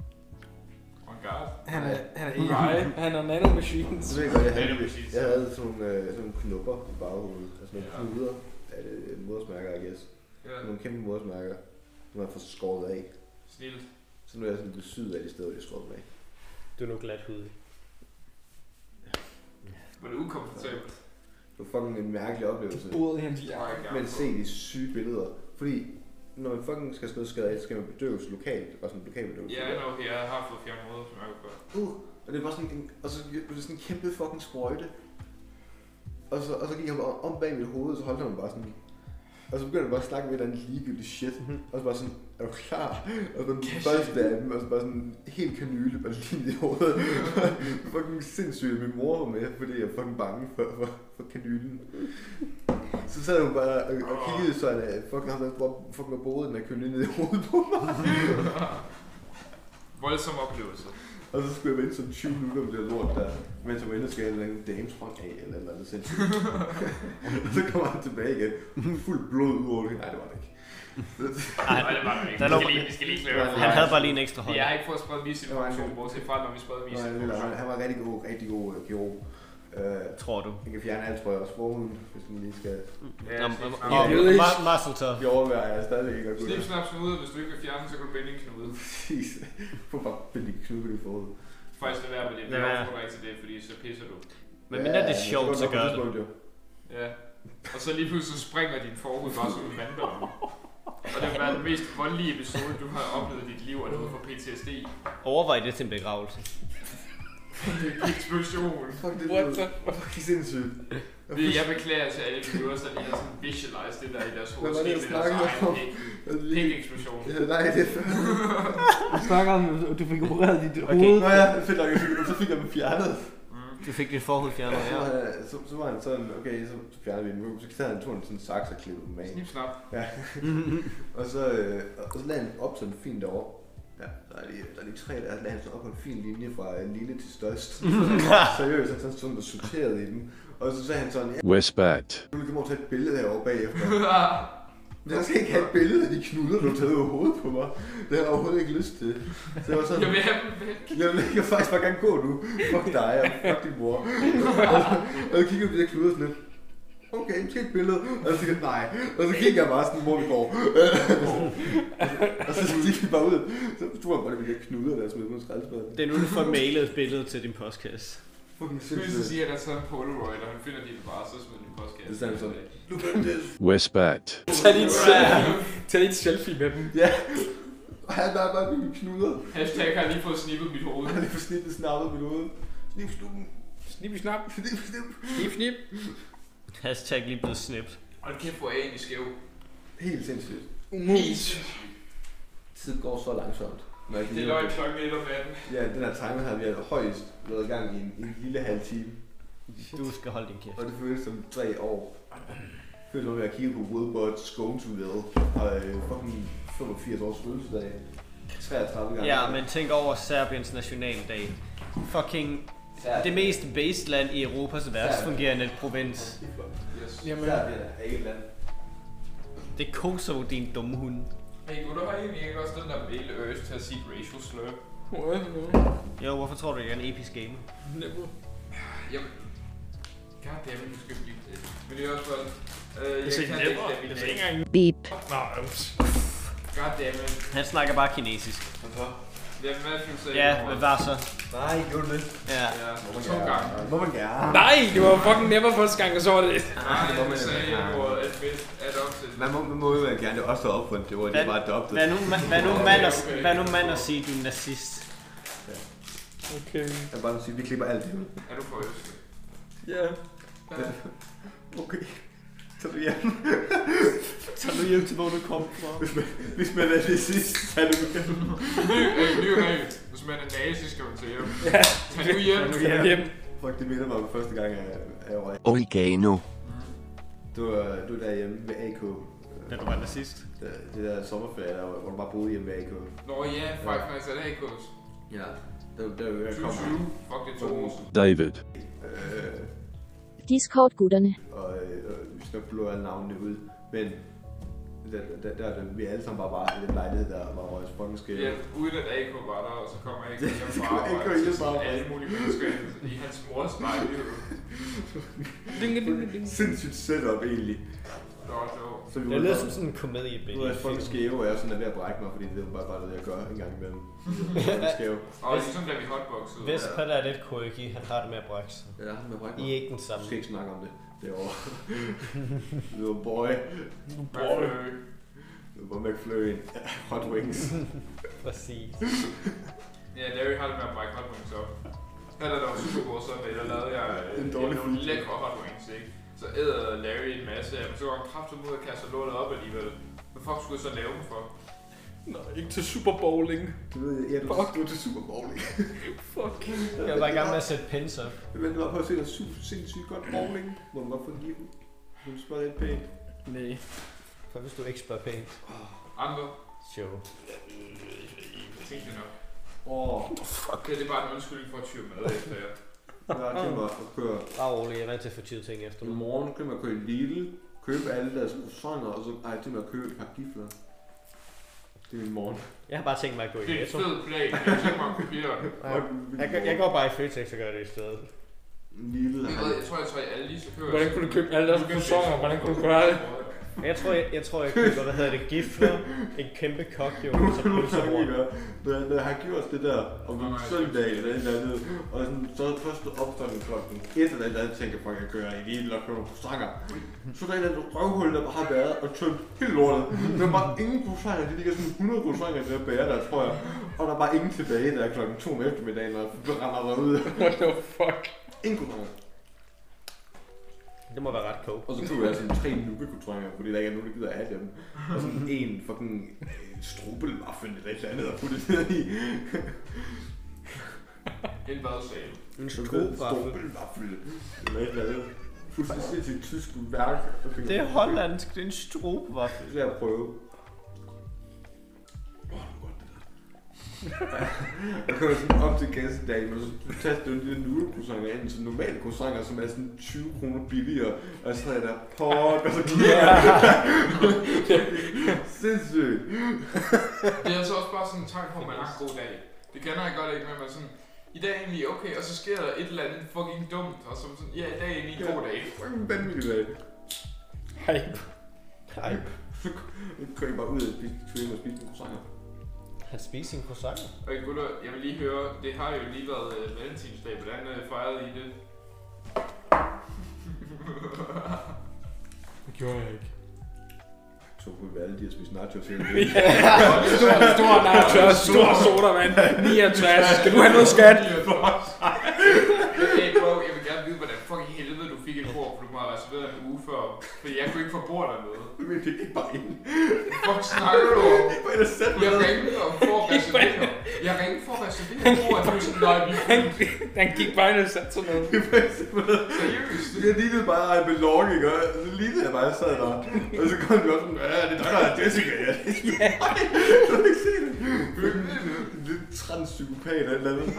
Oh my god. Han er, han er Nej. ikke. Han er nanomachines. Så ved jeg godt, jeg Ja, havde, det er præcis. jeg havde sådan nogle, øh, sådan nogle knupper i baghovedet. Altså nogle Ja. knuder af det modersmærker, I guess. Ja, Nogle kæmpe modersmærker, som jeg har fået skåret af. snilt. Så nu er jeg sådan lidt syd af de steder, hvor jeg skåret dem af. Du er nu glat hudet. Var det ukomfortabelt? Det var fucking en mærkelig oplevelse. Bordet i hans Det hjerte. var jeg gerne Men på. se de syge billeder. Fordi når man fucking skal slå skade af, så skal man bedøves lokalt. Bare sådan en lokal bedøvelse. Ja, no, jeg har fået fjernet hovedet, som jeg kunne gøre. Uh, og det var sådan en, og så blev det sådan en kæmpe fucking sprøjte. Og så, og så gik han bare om bag mit hoved, så holdt han mig bare sådan. Og så begyndte han bare at snakke med et eller andet ligegyldigt shit. Og så bare sådan, er du klar? Og så den første af dem, og så bare sådan helt kanyle, bare lige i hovedet. Fucking sindssygt, at min mor var med, fordi jeg er fucking bange for, for, for kanylen. Så sad hun bare og, og kiggede sådan, at fucking ham der fucking boede den der kanyle ned i hovedet på mig. Voldsom oplevelse. Og så skulle jeg vente sådan tyve minutter med det her lort der, mens jeg var inde og skære en eller anden dame sprang af, eller eller andet sindssygt. Og så kommer han tilbage igen, fuld blod ud over det. Nej, det var det ikke. Nej, det var det ikke. Der Vi lå- skal lige, vi skal lige klare Han havde bare lige en ekstra hånd. Jeg har ikke fået spredt misinformation, bortset fra, når vi spreder Nej, misinformation. han var rigtig god, rigtig god øh, kirurg. Øh, Tror du? Han kan fjerne alt, tror jeg, også forhuden, hvis man lige skal. Ja, Nå, snip, og- snap. og- Jødisk. Ma- Muscle Det overvejer jeg stadigvæk ikke at gå Snip, der. snap, snude. Hvis du ikke vil fjerne, så kan du binde en knude. Præcis. Få bare binde en knude på din forhud. Faktisk lad være med det. Lad Jeg være. opfordrer ikke til det, fordi så pisser du. Men mindre det er sjovt, så gør det. det. Ja. Og så lige pludselig springer din forhud bare som en vandballon. Og det har været den mest voldelige episode, du har oplevet i dit liv, og du har fået P T S D. Overvej det til en begravelse. Eksplosion. Fuck, det What er the fucking sindssygt. Det, jeg beklager til alle viewers, der lige har sådan visualize det der i deres hoved. Hvad var det, jeg Skete deres snakkede om? egen pik-eksplosion. Ja, nej, det er før. Du snakker om, at du fik opereret dit Okay. hoved. Nå ja, fedt nok, jeg fik, så fik jeg dem fjernet. Du fik dit forhud fjernet, Så, ja. var jeg- så, så var han sådan, okay, så, så fjernede vi den. Så tager han tog han sådan en saks og klippede dem af. Snip snap. Og så, øh, og så lagde han op sådan fint derovre. Ja, der er lige, der er lige tre der, lagde han så op på en fin linje fra lille til størst. Seriøst, han sådan sådan og sorterede i dem. Og så sagde han sådan, ja, Westbat. nu kan du tage et billede herovre bagefter. Jeg skal ikke have et billede af de knuder, du har taget over hovedet på mig. Det har jeg overhovedet ikke lyst til. Så jeg var sådan, Jeg vil have dem væk. jeg vil, jeg vil faktisk bare gerne gå nu. Fuck dig, og fuck din mor. Og så kigger jeg på de der knuder sådan lidt. Okay, måske et billede. Og så siger jeg, nej. Og så kigger jeg bare sådan, hvor vi går. Og så gik vi bare ud. Så stod han bare de der knuder, der smed på skraldespanden. Det er nu, du får mailet et billede til din postkasse. Fucking Hvis du sindssygt. siger, at der er sådan en Polaroid, og han finder din bare, så smider din postkasse. Det er sådan sådan. Look at this. Westbat. Tag lige et selfie. Tag lige et selfie med dem. Ja. Og han der er bare mine knuder. Hashtag har lige fået snippet mit hoved. Han har lige for snittet snappet mit hoved. Snip, snuppen. Snip, snap. Snip, snip. Snip, snip. Hashtag lige blevet snippet. Og det kæft, hvor er egentlig skæv. Helt sindssygt. Umuligt. Tiden går så langsomt. Når jeg Det lige- er løgn klokken et om natten. Ja, den her timer har vi højst været i gang i en, en lille halv time. Du skal holde din kæft. Og det føles som tre år. Det føles som, at jeg kigger på Woodbot Going to Will. Og øh, fucking femogfirs års fødselsdag. treogtredive gange. Ja, men tænk over Serbiens nationaldag. Fucking det mest based land i Europas værst fungerende provins. Yes. Jamen, Serbien er ikke et land. Det er Kosovo, din dumme hund. Hey, kunne du have egentlig ikke også den der mail urge til at sige racial slur? Jo, hvorfor tror du, det er en episk game? Jamen, goddammit, du skal blive det. Men det er også bare... Øh, jeg Det er kan ikke ikke nemt. lade min Det er name. ikke engang... Beep. Goddammit. Han snakker bare kinesisk. Hvem Matthew sagde Ja, det hvad var? var så? Nej, gjorde du det? Ja. Ja, to gange. Må man gerne. Nej, det var fucking never første gang, og så var det. Nej, det må man jeg sagde, ikke. jeg må admit, adopted. Man må, man må jo gerne, det er også der opfundet, det var det Hvad- bare adoptet. Hvad nu, ma- hvad nu mand at, hvad nu mand at sige, du er nazist? Okay. Jeg vil bare sige, vi klipper alt det ud. Er du på øst? Ja. Okay. Så du hjem. Tag nu hjem til, hvor du kom fra. Hvis man, hvis man er det sidste, så er du hjem. Ny, øh, ny regel. Hvis man er nazi, skal man til hjem. Ja. Tag nu hjem. Tag nu hjem. Fuck, det minder mig om første gang, jeg, jeg var i. Oregano. Du var, du var derhjemme ved A K. Da du var nazist. Det, det der sommerferie, der, hvor du bare boede hjemme ved A K. Nå ja, Five Nights at Akos. Ja. Der, der, der, jeg tyve kom. tyve. Fuck, det er to år siden. David. Øh, Discord-gutterne. og øh, vi skal blå alle navnene ud. Men der, der, der, der, vi alle sammen bare var i den lejlighed, der var vores fucking skæve. Ja, uden at A K var der, og så kommer A K hjem Så fra kom A K arbejde hjem til fra arbejde. alle mulige mennesker i hans mors lejlighed. Ding, ding, ding. Sindssygt setup egentlig. Nå, det var... Så vi Det var lyder bare- som sådan en Nu er komediebillede. jeg fucking skæve, og jeg er sådan er ved at brække mig, fordi det er bare, bare det, jeg gør en gang imellem. Jeg er skæve. Og ligesom da vi hotboxede. Hvis Palle er lidt quirky, han har det med at brække sig. Ja, han er brække I mig. er ikke den Du samme. skal ikke snakke om det. Det er over. Little boy. Boy. Little McFlurry. Hot wings. Præcis. Ja, Larry har det med at brække hot wings op. Her der var super god sådan, der lavede jeg øh, En dårlig nogle feature. lækre hot wings, ikke? Så æder Larry en masse af dem, så går han kraftigt ud og kaster lortet op alligevel. Hvad fuck skulle jeg så lave dem for? Nå, ikke til Super Bowling. Du ved, ja, du, Fuck. du er til Super Bowling. Fuck. Jeg var i gang med at sætte pins op. Jeg venter bare på at se noget super sindssygt godt bowling. Må du godt få en give dem. Du spørger lidt pænt. Nej. For hvis du ikke spørger pænt. Andre? Show. Jeg tænkte det nok. Åh, oh, Fuck. Det er bare en undskyldning for at tyre mad efter jer. jeg har tænkt mig at køre. Bare rolig, jeg er vant til at få tyve ting efter I mig. morgen kan man køre i Lidl, købe alle deres croissanter, og så ej, til med at købe et par gifler. Det er min morgen. Jeg har bare tænkt mig at gå i Det er en Netto. fed plan. Jeg tænker mig at kopiere den. Jeg, jeg, jeg går bare i Føtex og gør det i stedet. Lidl Jeg har ved, jeg tror, jeg tager i alle lige så køber. Hvordan kunne du købe alle deres croissanter? Hvordan kunne du gøre det? Jeg tror, jeg, jeg, tror, jeg køber, hvad hedder det, gifler, en kæmpe kok, jo, så pølsebord. Når, når jeg har gjort det der om en søndag eller et eller andet, og sådan, så først opstår klokken et eller andet, jeg tænker, at jeg kører i en eller kører croissanter. Så der er et eller andet røvhul, der bare har været og tømt helt lortet. Der er bare ingen croissanter, de ligger sådan hundrede croissanter i der bære der, tror jeg. Og der er bare ingen tilbage, der er klokken to om eftermiddagen, og brænder derude. What the fuck? Ingen croissanter. Det må være ret cool. Og så kunne jeg sådan tre nuggekroissanter, fordi der ikke er nogen, der gider at have dem. Og sådan en fucking strubelmuffin eller et eller andet, og putte det ned i. En badsal. En strubelmuffin. Strubelmuffin. Eller et eller andet. Fuldstændig sindssygt tysk værk. Det er hollandsk, det er en strubelmuffin. Det skal jeg prøve. Jeg kommer sådan op til gæstedagen, og så taster du de der nudelcroissanter ind, så normale croissanter, som er sådan tyve kroner billigere, og så er der pork, og så kigger jeg. Sindssygt. Det er altså også bare sådan en tegn på, at man har en god dag. Det kender jeg godt ikke, men man sådan, i dag er egentlig okay, og så sker der et eller andet fucking dumt, og så sådan, ja, i dag er egentlig en god dag. Fucking vanvittig dag. Hype. Hype. Så kører jeg bare ud og spise en croissanter. Han spiser en croissant. Okay, gutter, jeg vil lige høre, det har jo lige været uh, valentinsdag, hvordan uh, fejrede I det? Det gjorde jeg ikke. Så kunne vi alle de at spise nachos hele Stor, stor nachos, stor sodavand, niogtres. Skal du have noget skat? Hey bro, jeg vil gerne vide, hvordan fucking helvede du fik et bord, for du må have reserveret en uge før. Fordi jeg kunne ikke få bord dernede. Men det gik bare ind. Fuck snakker du om? Det var en, der satte Jeg ringede om for at reservere. Jeg ringede for at reservere et bord, og du sådan, nej, vi Han, han gik bare ind og satte sådan noget. Det var simpelthen... seriøst. Jeg lignede bare en belong, ikke? Så lignede jeg bare, jeg sad der. Og så kom de også sådan, ja, det er der er Jessica, ja. Ja. Du har ikke set det. Lidt transpsykopat eller et eller andet.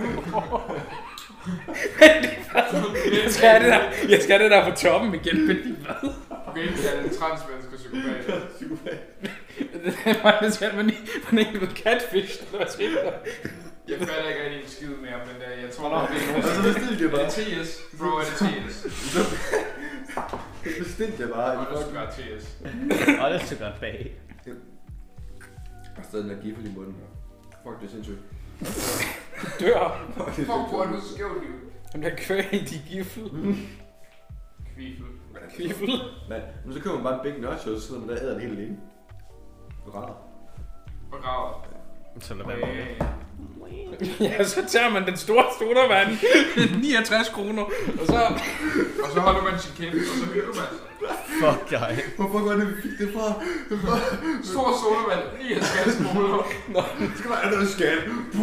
Jeg skal have det der, jeg skal have det der på toppen igen, men de hvad? Okay, det er en transmenneske psykopat. Psykopat. Man skal man ikke, man ikke ved catfish, eller hvad skete der? Jeg fatter ikke rigtig en skid mere, men uh, jeg tror Hvornår? nok, det er Og så nogen. bestilte jeg Er bare. det T S? Bro, er det T S? Så bestilte jeg bare. Og det skal være T S. Og det er så godt bag. Jeg har stadig den der giffel i munden. Fuck, det er sindssygt. Dør. Fuck, hvor er du skævt, liv. Han bliver kvæg i de gifle. Kvifel. Gifle. Men, men så køber man bare en big nachos, og så sidder man der og æder den helt alene. Rar. Og graver. Så lad være med det. Ja, så tager man den store sodavand. niogtres kroner. Og så... Og så holder man sin kæmpe, og så hylder man sig. Fuck dig. Hvorfor var det, vi fik det fra? Stor sodavand, niogtres kroner. Nå, det skal være andet skat.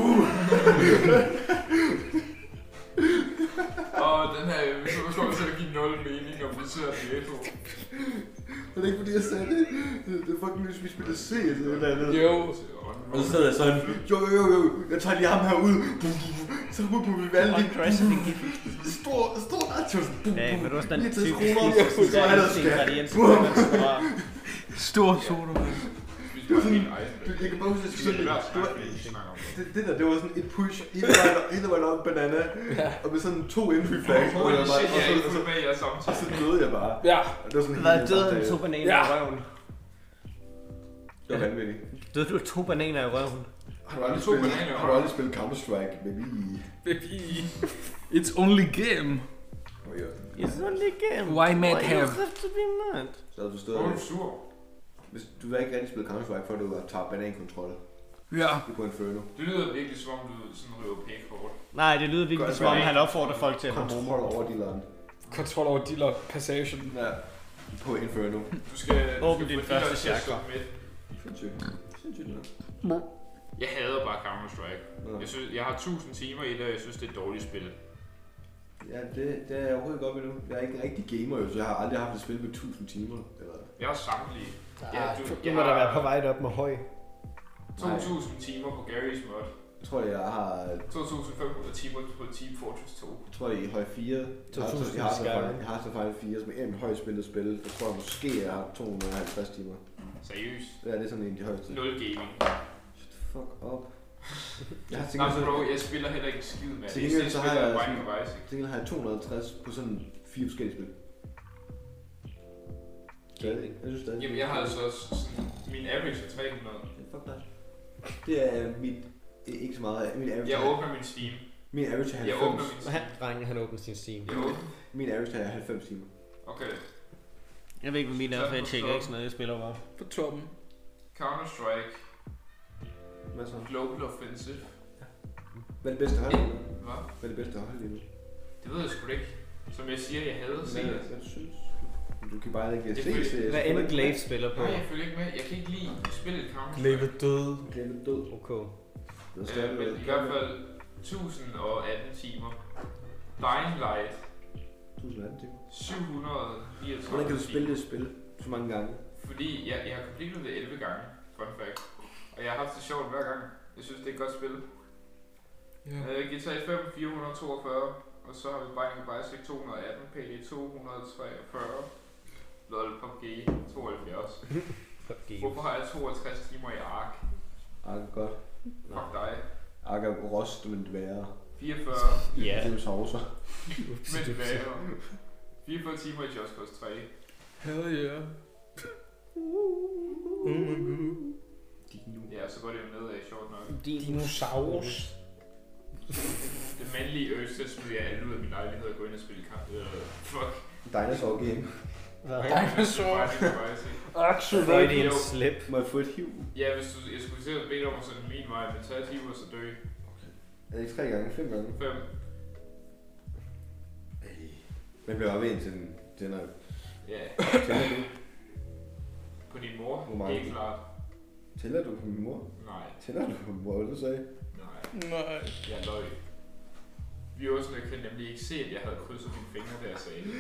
Og den her episode kommer til at give nul mening, om vi ser det etro. Det er ikke fordi, jeg sagde det. Det er fucking hvis vi spiller C eller et eller andet. Jo. Og så sad jeg sådan, jo jo jo jo, jeg tager lige ham her ud. Så putter vi valg lige. Stor, stor nachos. Ja, men du er sådan en niogtres typisk kroner. tysk Så er der skat. ingrediens, hvor man skal bare... Stor sodavand. Det var sådan en Jeg kan bare huske, at jeg Det skulle er det, svært at snakke, vi snakker om. det, det der, det var sådan et push hele vejen, hele vejen op banana, og med sådan to entry flags, og, Holy jeg bare, shit, og, jeg er så, ikke og, så, fuldt med jer og så samtidig. døde jeg bare. Ja. Og det var sådan Hvad helt døde samtale. to bananer Ja. i røven? Det var vanvittigt. Døde du to bananer i røven? Har du aldrig To spillet, bananer. har du aldrig spillet Counter-Strike, baby? Baby. It's only game. Oh, ja. It's only game. Why mad Why have? you have to be mad? Så havde du Hvor er stået. du sur? Hvis du vil ikke rigtig spille Counter-Strike, før du har taget banankontrol. Ja. Det er på Inferno. Det lyder virkelig som om, du sådan ryger pækort. Nej, det lyder virkelig Godt, som om, right. han opfordrer folk til at få homo. Kontrol over dealeren. Kontrol over dealer passation. Ja. På Inferno. Du skal, du Åbn skal din få første dealeren til at chakra. submit. Sindssygt. Sindssygt, ja. Jeg hader bare Counter-Strike. Nå. Jeg, synes, jeg har tusind timer i det, og jeg synes, det er et dårligt spil. Ja, det, det er jeg overhovedet ikke op endnu. Jeg er ikke en rigtig gamer, jo, så jeg har aldrig haft et spil med tusind timer. Eller... Jeg har samtlige. Ja, du, Du jeg må da har være på vej op med høj. to tusind timer på Garry's mod. Jeg tror, jeg har... to tusind fem hundrede timer på Team Fortress to. Jeg tror, i høj fire. to Jeg har, tusind jeg har, Skyrim. jeg har, jeg har så faktisk fire, som er en højt spillet spil. Jeg tror jeg måske, jeg har to hundrede og halvtreds timer. Seriøst. Ja, det er sådan en af de højeste. Nul gaming. Shut the fuck up. Jeg har Nej, tænkt bro, jeg spiller heller ikke skid med Til det. gengæld Jeg så har spiller jeg Binding sådan- of Isaac. Til gengæld har jeg to hundrede og halvtreds på sådan fire forskellige spil. stadig. Jeg synes stadig. Jamen, jeg har altså også sådan, min average er tre hundrede. Fuck dig. Det er mit, ikke så meget, min average. Jeg åbner min Steam. Min average er Jeg halvfems. åbner min Steam. Han, drengen, han åbner sin Steam. Jeg åbner. Min average er halvfems timer. Okay. Jeg ved ikke, hvad min er, for jeg tjekker ikke sådan noget, jeg spiller bare. På toppen. Counter-Strike. Hvad så? Global Offensive. Hvad er det bedste hold lige nu? Hvad? Hvad er det bedste hold lige nu? Det ved jeg sgu da ikke. Som jeg siger, jeg hader Hvad, C S. hvad du synes? Du kan bare ikke Det er se fordi- C S. Hvad end Glaive spiller på? Nej, jeg følger ikke med. Jeg kan ikke lide spillet Counter-Strike. Glaive død. Glaive død. Okay. Det er Øh, stadig men i hvert fald tusind og atten timer. Dying Light. tusind og atten timer. syv hundrede niogtredive Hvordan kan du spille timer. det spil så mange gange? Fordi jeg, jeg har completet det elleve gange. Fun fact. Og jeg har haft det sjovt hver gang. Jeg synes, det er et godt spil. Ja. Uh, G T A fem fire hundrede og toogfyrre. Og så har vi Binding of Isaac to hundrede og atten. P D to hundrede og treogfyrre. LOL P U B G tooghalvfjerds. Hvorfor har jeg toogtres timer i Ark? Ark er godt. Fuck dig. Ark er rost, men dværre. fireogfyrre. Ja. Det er jo saucer. Men dværre. fireogfyrre timer i Just Cause tre. Hell yeah. Oh my god. Dino. Ja, så går det jo nedad, sjovt nok. Dinosaurus. Det mandlige øste smider jeg alt ud af min lejlighed og gå ind og spille kamp. Øh, fuck. Dinosaur game. Dinosaur. Axel Freudian slip. Må jeg få et hiv? Ja, hvis du, jeg skulle til at bede om at sende min vej, men tag et hiv og så dø. Er det ikke tre gange? Fem gange? Fem. Man bliver bare ved til den. Den er... Ja, Tæller du? på din mor. Hvor meget? Helt klart. Tæller du på min mor? Nej, Tæller du på min mor, hvad du sagde? nej. Nej. Jeg løg. Vi også kan nemlig ikke se, at jeg havde krydset mine fingre, da jeg sagde det.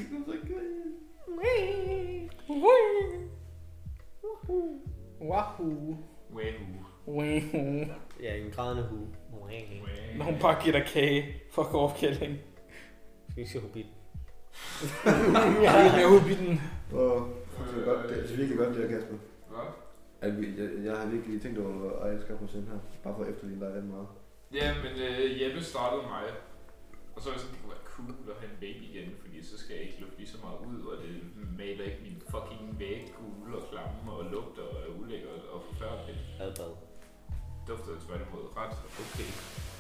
Wahoo. Wahoo. Wahoo. Ja, en grædende hue. Når hun bare giver dig kage. Fuck off, Kælling. Skal vi se Hobbit? Jeg er ude i den. Åh, det er godt. Det er virkelig godt, det her, Kasper. Hvad? At vi, jeg, jeg har virkelig tænkt over at elske at sende her. Bare for at efterligne dig ret meget. Ja, men øh, Jeppe startede mig. Og så var jeg sådan, det kunne være cool at have en væg igen, fordi så skal jeg ikke lufte lige så meget ud, og det maler ikke min fucking væg gul og klamme og lugter og er ulækkert og forfærdeligt. Adbad. Dufter tværtimod ret okay.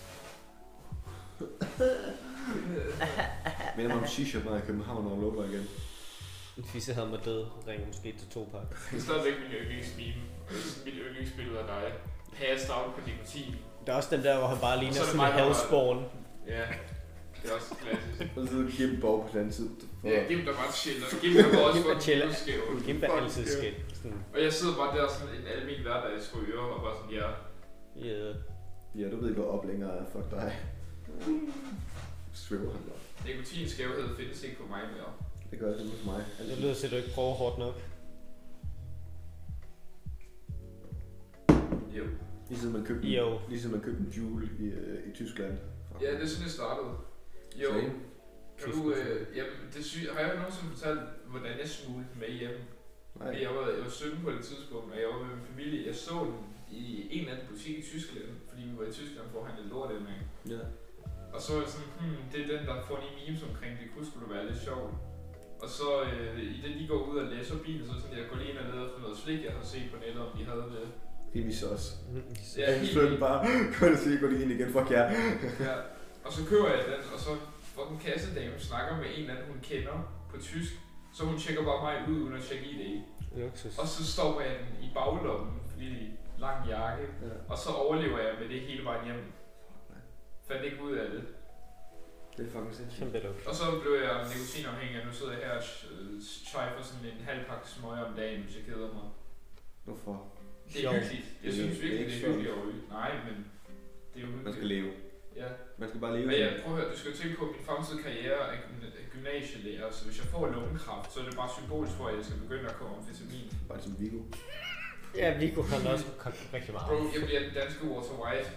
Minder mig om Shisha-bar i København, når han lukker igen. En fisse havde mig død. Ringer måske til to par. Det er stadigvæk min yndlingsmeme. Mit yndlingsbillede af dig. Passed out på nikotin. Der er også den der, hvor han bare ligner Så er det sådan en mig, der var- Hellspawn. Ja, det er også klassisk. Og så sidder Gimp over på den anden side. Ja, Gimp er meget chill, og Gimp er også Gimp er for chill. skæv. Gimp er altid skidt. Sådan, Og jeg sidder bare der sådan en almindelig hverdagsryger og bare sådan, ja. yeah. Ja, du ved ikke, hvad op længere er. Fuck dig. Svæver han godt. Nikotinskævhed findes ikke på mig mere. Det gør det for mig. Det lyder til, at du ikke prøver hårdt nok. Jo. Ligesom man købte, Jo. en, ligesom man købte en Joule i, øh, i Tyskland. Ja, det er sådan, det startede. Jo. Same. Kan du, øh, jamen, det syg, har jeg nogensinde fortalt, hvordan jeg smuglede med hjem? Nej. Jeg var, jeg var sytten på det tidspunkt, og jeg var med min familie. Jeg så den i en eller anden butik i Tyskland, fordi vi var i Tyskland for at handle lort med. Ja. Og så var jeg sådan, hmm, det er den, der får de memes omkring, det kunne sgu da være lidt sjovt. Og så øh, i det, de går ud og læser bilen, så sådan, jeg går lige ind og leder efter noget slik, jeg har set på nettet, om de havde det. Rimelig sås. Ja, Jeg helt slår den bare. Gå ind og sige, gå lige ind igen. Fuck ja. Ja, og så køber jeg den, og så fucking kassedame snakker med en eller anden, hun kender på tysk. Så hun tjekker bare mig ud, uden at tjekke I D. Luksus. Og så stopper jeg den i baglommen, fordi det er lang jakke. Ja. Og så overlever jeg med det hele vejen hjem. Fandt ikke ud af det. Det er fucking sindssygt. Kæmpe luk. Og så blev jeg nikotinafhængig, og nu sidder jeg her og tjejfer sådan en halv pakke smøger om dagen, hvis jeg keder mig. Hvorfor? Det er Sjovt. hyggeligt. Jeg Det er- synes det er virkelig, ikke det er hyggeligt at ryge. Nej, men det er jo Man skal hyggeligt. leve. Ja. Man skal bare leve. Og ja, prøv at høre, du skal jo tænke på, at min fremtidige karriere er gym- gymnasielærer, så hvis jeg får lungekræft, så er det bare symbolisk for, at jeg skal begynde at komme amfetamin. Bare som Viggo. Ja, vi kunne have også kogt rigtig meget. Bro, jeg bliver den danske Walter White.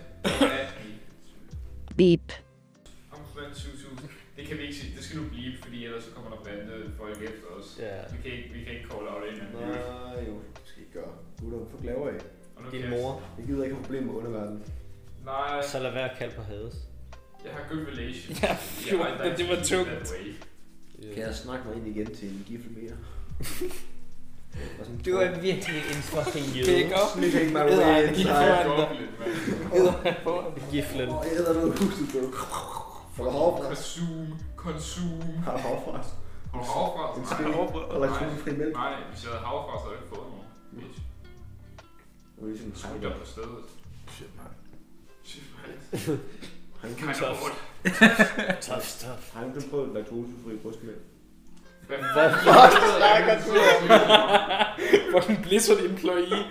Beep. Amfetamin syv tusind. Det kan vi ikke sige, det skal du blive, fordi ellers så kommer der bande folk efter os. Ja. Vi kan ikke, vi kan ikke call out en eller anden. Nej, jo. Det skal I ikke gøre. Gutter, fuck laver I? Og nu Din kan jeg- mor. Jeg gider ikke have problemer med underverdenen. Nej, Så lad være at kalde på hades. jeg har good relation. Ja, Jeg har det- det var tungt. that way. Kan jeg snakke mig ind igen til en gifle mere? Du er virkelig en fucking jøde. Pick up. Sneaking my Æder way han inside. foran dig. Dårligt, mand. Æder han foran dig. Giflen. Åh, jeg æder noget huset på. Har du havfras? Konsum, konsum. Har du havfras? Har du havfras? En Nej. ske og laktosefri mælk. Nej, hvis jeg havde havfras, så havde jeg ikke fået nogen. Bitch. Det var ligesom Smutter på stedet. Shit, man. Shit, man. Han Kind kan of what? Tough stuff. Han kan prøve laktosefri brystmælk. Hvad Hvad fuck snakker du om? Fucking Blizzard employee.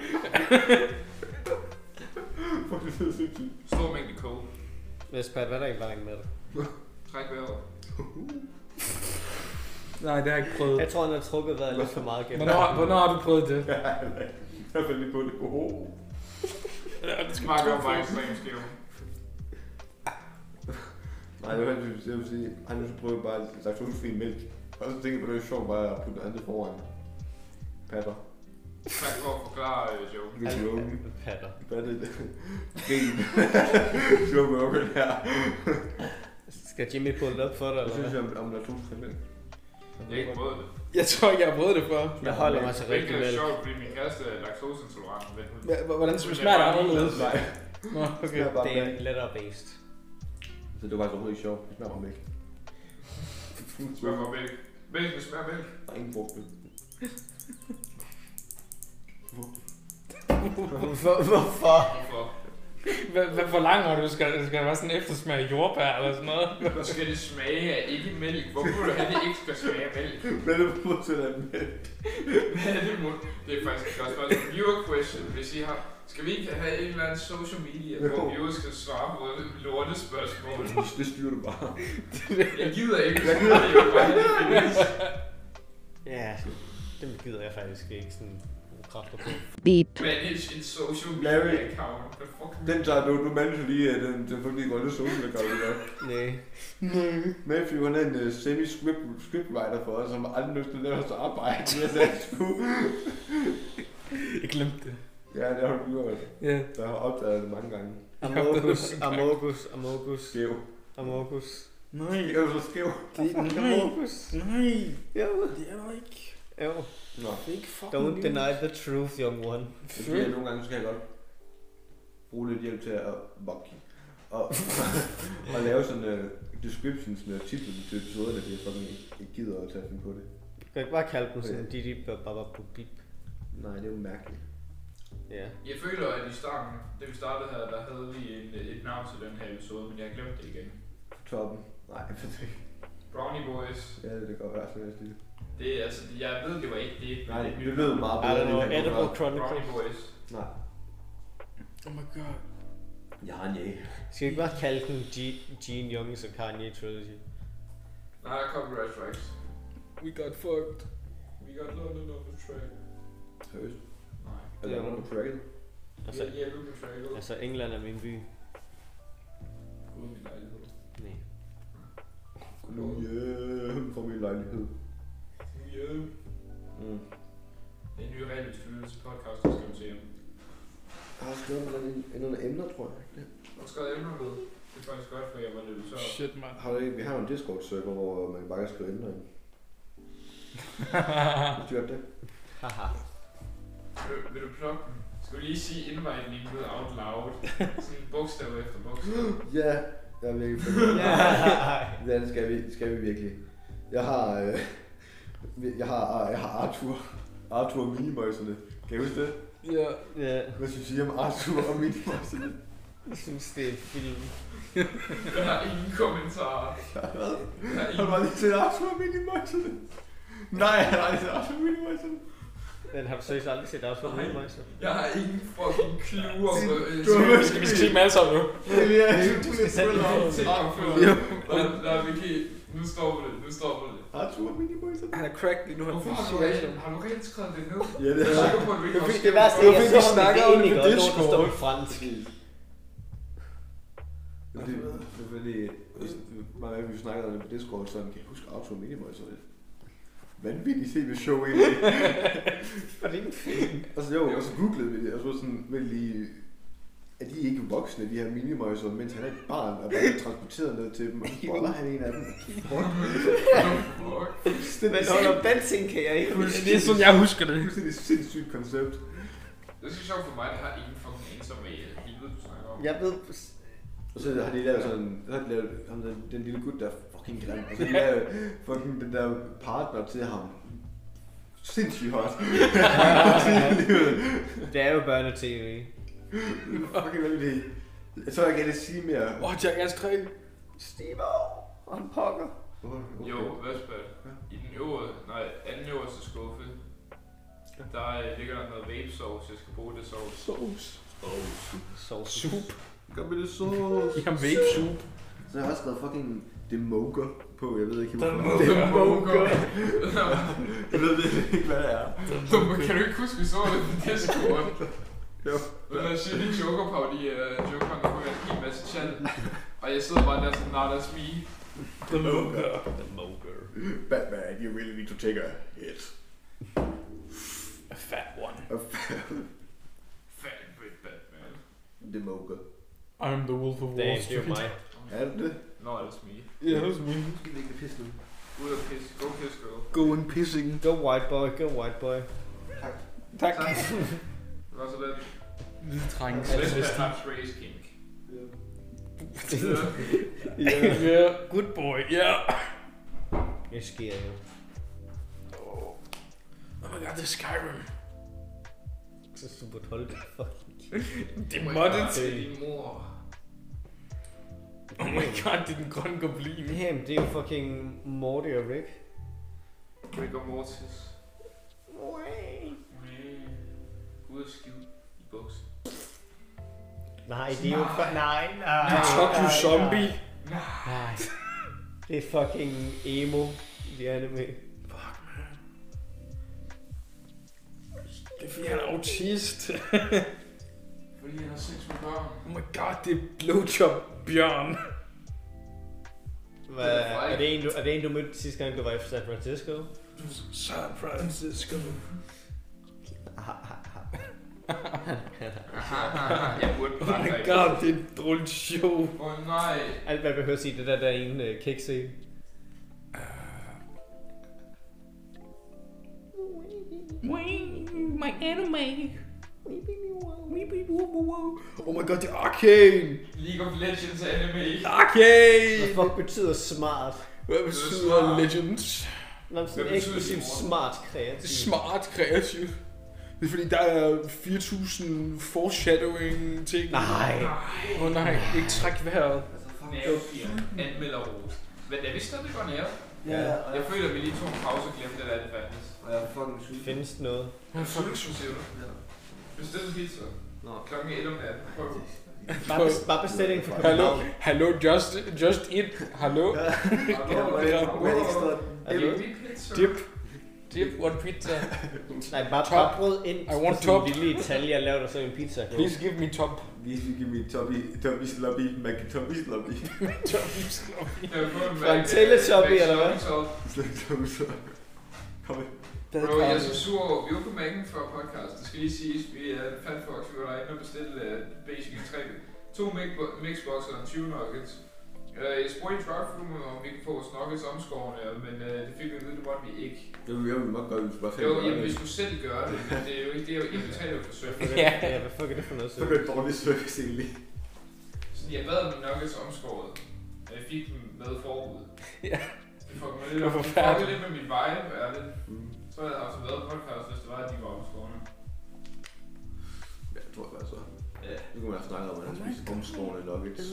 Fuck, det er sindssygt. Stor mængde coke. Vespat, hvad er der ikke lang med dig? Træk vejret. Nej, det har jeg ikke prøvet. Jeg tror, han har trukket vejret lidt for meget gennem. Hvornår, hvornår har du prøvet det? Jeg faldt lige på det. Oh. Ja, det skal Smager godt meget ekstremt skæv. Nej, det var helt jeg vil sige, han ville prøve bare laktosefri mælk. Og så tænkte jeg på, det er sjovt bare at putte andet foran. Patter. Tak for at forklare uh, joken. Det er joken. Patter. Patter. Ben. Joke over det her. Skal Jimmy pulle det op for dig, Hvad eller synes hvad? jeg om, om laktosefri mælk? Jeg har ikke prøvet det. Jeg tror ikke, jeg har prøvet det før. Jeg holder mig til rigtig Det er mælk. sjovt, fordi min kæreste er laktoseintolerant. Men hun... Hva- Hvordan smager det anderledes? Nej. Nå, okay. Det bare Det er mælk. lettere based. Så det var faktisk overhovedet ikke sjovt. Det smager bare mælk. Smager for mælk. Mælk, det smager mælk. Der er ingen frugt. Hvorfor? Hvorfor? Hvorfor? Hvad, hvad forlanger du? Skal, skal der være sådan en eftersmag af jordbær eller sådan noget? Hvor skal det smage af ikke mælk? Hvorfor vil du have, det ikke skal smage af mælk? Hvad er det på til at mælk? Hvad er det mod? Det er faktisk et godt spørgsmål. Viewer question. Hvis I har... Skal vi ikke have en eller anden social media, hvor viewers skal svare på lortespørgsmål? Det styrer du bare. Jeg gider ikke. Jeg gider ikke. Jeg vil bare have det findes. Ja, dem gider jeg faktisk ikke sådan bruge kræfter på. Beep. Manage en social media Larry. account. Hvad fuck? Den tager du, du manager lige uh, den, den fordi grønne social account, du gør. Nej. Matthew, han er en uh, semi-script scriptwriter for os, som aldrig lyst til at lave os arbejde. Jeg sagde, sgu. Jeg glemte det. Ja, det har du gjort. Ja. Der har opdaget det mange gange. Amogus, Amogus, Amogus, Skæv. Amogus. Nej. Det er jo så skæv. Amogus. Nej. Jo. Det er der ikke. Jo. Nå. Det er ikke fucking Don't deny the truth, young one. Fordi jeg nogle gange så skal jeg godt bruge lidt hjælp til at bukke. Og, og lave sådan uh, descriptions med titler til episoderne, fordi jeg fucking ikke, ikke gider at tage finde på det. Du kan ikke bare kalde dem sådan Didi Babababubib. Nej, det er jo mærkeligt. Ja. Jeg føler, at i starten, da vi startede her, der havde vi en, et navn til den her episode, men jeg har glemt det igen. Toppen. Nej, jeg ved det ikke. Brownie Boys. Ja, det kan godt være sådan noget stil. Det er altså, jeg ved, det var ikke det. Nej, det, det lød meget I bedre. don't know, end det Edible kunne Chronicles. Brownie Boys. være. Nej. Oh my god. Jeg har en ja. Skal vi ikke bare kalde den G- Gene Youngs og Kanye Trilogy? Nej, copyright strikes. We got fucked. We got loaded on the track. Seriøst? Nej. Er der nogen på tracket? Altså, Altså, jeg er på tracket. altså England er min by. Gud, min lejlighed. Nej. Nu hjem fra min lejlighed. Yeah. Mm. Det er en ny reality podcast, der skal du se. Jeg har skrevet med nogle emner, tror jeg. Ja. Og skrevet emner ved. Det er faktisk godt, for jeg var lidt så. Shit, man. Har du ikke, vi har jo en Discord-server, hvor man bare kan skrive emner ind. Har du gjort det? Haha. Vil, vil du plukke den? Skal du lige sige invite linket out loud? Sådan bogstav efter bogstav. Ja, jeg er virkelig fedt. Ja, det skal vi, det skal vi virkelig. Jeg har, øh, jeg har, jeg har Arthur. Arthur og Minimøjserne. Kan I huske det? Ja. Ja, Hvad synes I om Arthur og Minimøjserne? jeg synes det er en film. Jeg har ingen kommentarer. Hvad? Jeg har Har du ingen... aldrig set Arthur og Minimøjserne? Nej, jeg har aldrig set Arthur og Minimøjserne. Men har du seriøst aldrig set Arthur og Minimøjserne? Jeg har ingen fucking clue om... øh, Du har Skal vi skrive dem alle sammen nu? Ja, Du skal sætte det Arthur. til. Nej, nej, Vicky. Nu stopper det. Nu stopper det. Arthur og Minimøjserne. Han er cracked lige nu. Han Hvorfor har du rent, har du rent skrevet det ned? Ja, det Jeg er er sikker på, at du ikke har Det skrevet værste Det er, var at fordi, jeg vi så snakkede det om det egentlig på godt, når der Discord. står på fransk. Fordi, fordi, mange af vi snakkede om det på Discord, så kan jeg huske Arthur og Minimøjserne. Vanvittigt T V-show egentlig. For det er en film. Og så jo, og så googlede vi det, og så var sådan, vel lige er de ikke voksne, de her minimøjser, mens han er et barn, og bare bliver transporteret ned til dem, og så boller han en af dem. Men under benzin kan jeg ikke huske. Det er sådan, jeg husker det. Det er et sindssygt koncept. Det er så sjovt for mig, at der har ingen fucking anelse om, hvad helvede du snakker om. Jeg ved... Og så har de lavet sådan, så har de lavet ham, den, den lille gut, der er fucking grim, og så har de lavet fucking den der partner til ham. Sindssygt hot. Det er jo børne-tv. Fucking vanvittigt. Jeg tror, jeg kan det sige mere. Åh, oh, Jackass tre. Steve og han pokker. Okay. Jo, Vespa. I den øvre, nej, anden øverste skuffe, der øh, ligger der noget vape sauce, jeg skal bruge det sauce. Sauce. Sauce. Soup. Gør vi det sauce? Jamen, vape soup. Så jeg har også skrevet fucking Demoger på, jeg ved ikke hvorfor. Demoger. Jeg ved ikke, hvad det er. Kan du ikke huske, vi så det på Discord? Jo. Den der shitty Joker-parodi af Joker, der får en hel masse chat. Og jeg sidder bare der sådan, nah, that's me. Demoger. Demoger. Batman, you really need to take a hit. A fat one. A fat Fat Brit Batman. Demoger. I'm the wolf of Det Wall er det er jo Street. mig. Er det det? Nå, that's me. Ja, det er me. Skal vi ikke pisse nu? Ud og piss. Go piss, girl. Go and pissing. Go white boy, go white boy. Tak. Hvad så det? Lille trængs. Vespa har race kink. Ja, ja. Good boy, ja. Det sker jo. Oh my god, det er Skyrim. Så super tolv. Fucking. Det er moddet. til din mor. Oh my god, det er den grønne goblin. Jamen, det er jo fucking Morty og Rick. Rick og Mortis. Ud og skive i buksen. Nej, det er jo for... Nej, nej. Det er Tokyo Zombie. Nej. Det er fucking emo, de anime. Fuck, man. Det er fordi, han er autist. Fordi han har sex med børn. Oh my god, det er Blowjob Bjørn. Hvad, er, det en, du, er det en, du mødte sidste gang, du var i San Francisco? San Francisco. Jeg burde Oh bare my god, det er et dårligt show. Åh oh, nej. Alt hvad jeg behøver at sige, det der, der er en uh, kick-scene. My anime. Oh my god, det er Arcane. League of Legends anime. Arcane. Hvad fuck betyder smart? Hvad betyder Legends? Nå, sådan Hvad betyder eksklusivt det, mor? smart kreativ. Smart kreativ. Det er fordi, der er fire tusind foreshadowing ting. Nej. Åh oh, nej, ikke træk vejret. Nervefirm. Anmelderros. Men er vi stadig går nære? Ja, Jeg føler, at vi lige tog en pause og glemte, at det fandtes. og jeg er fucking syg. Findes det noget? Hvad fuck siger du? Bestil pizza. Nå. Klokken et om natten. Prøv. Bare, bes, bare bestilling for Hallo, København. hallo, just, just eat. Hallo. Hvad ekstra? Er det ikke? Dip. Dip, one pizza. Nej, bare, Top. bare brød ind. I want på top. sådan en lille Italia og lav dig så en pizza. Please give me top. Please give me toppy, toppy sloppy, mac toppy sloppy. Toppy sloppy. Fra en Teletubby, eller hvad? Slet toppy sloppy. Kom med. Bro, jeg er så sur over, vi var på Mac'en før podcast, det skal lige siges, vi er fatfox, vi var derinde og bestilte uh, basically tre, to mixboxer og en tyve nuggets. Uh, jeg spurgte i drive-thru, om vi kunne få vores nuggets omskårende, men uh, det fik vi at vide, det måtte vi ikke. Jo, jeg vil nok godt, hvis du bare Jo, jamen, vi skulle selv gøre det, men det er jo ikke det, jeg betaler jo for service. Ja, ja, hvad fuck er det for noget? Så er det et dårligt service egentlig. Så jeg bad om mine nuggets omskåret, og jeg fik dem med forud. Ja. Det fuckede mig lidt Det var op. Det forfærdeligt. fuckede lidt med mit vibe, ærligt. Mm. Så havde jeg haft været podcast, hvis det var, at de var omskårende. Ja, jeg tror det var så. Ja. Nu kan man have snakket om, at han spiser omskårende nuggets.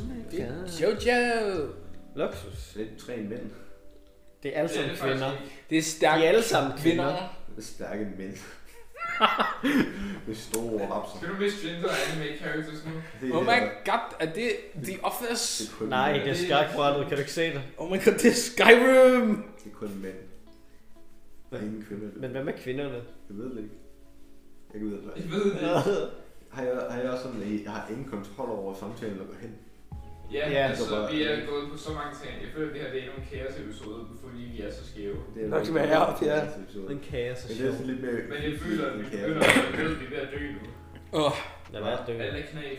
Jojo. Luksus. Det er tre mænd. Det er alle sammen det kvinder. faktisk ikke. Det er stærkt. De er alle sammen kvinder. Det er stærke mænd. Det er store rapser. Skal du miste gender anime characters nu? Det Oh er- my god, er det The Det Office? er kun Nej, mænd. det er skakbrættet. Kan du ikke se det? Oh my god, det er Skyrim! Det er kun mænd. Der er ingen kvinder. Men hvad med kvinderne? Jeg ved det ikke. Jeg ved det Jeg ikke. ved det ikke. Har jeg, har jeg også sådan, at jeg har ingen kontrol over samtalen, der går hen? Ja, Ja, altså så bare- vi er gået på så mange ting. Jeg føler, at det her det er nogle kaos-episoder, fordi vi er så skæve. Det er Nok skal være heroppe, ja. Den kaos og Men det er sjov. sådan lidt mere... Men jeg føler, at vi kaos. føler, at vi ved, at vi er ved at dø nu. Åh, Lad være at dø. Alle er knæst.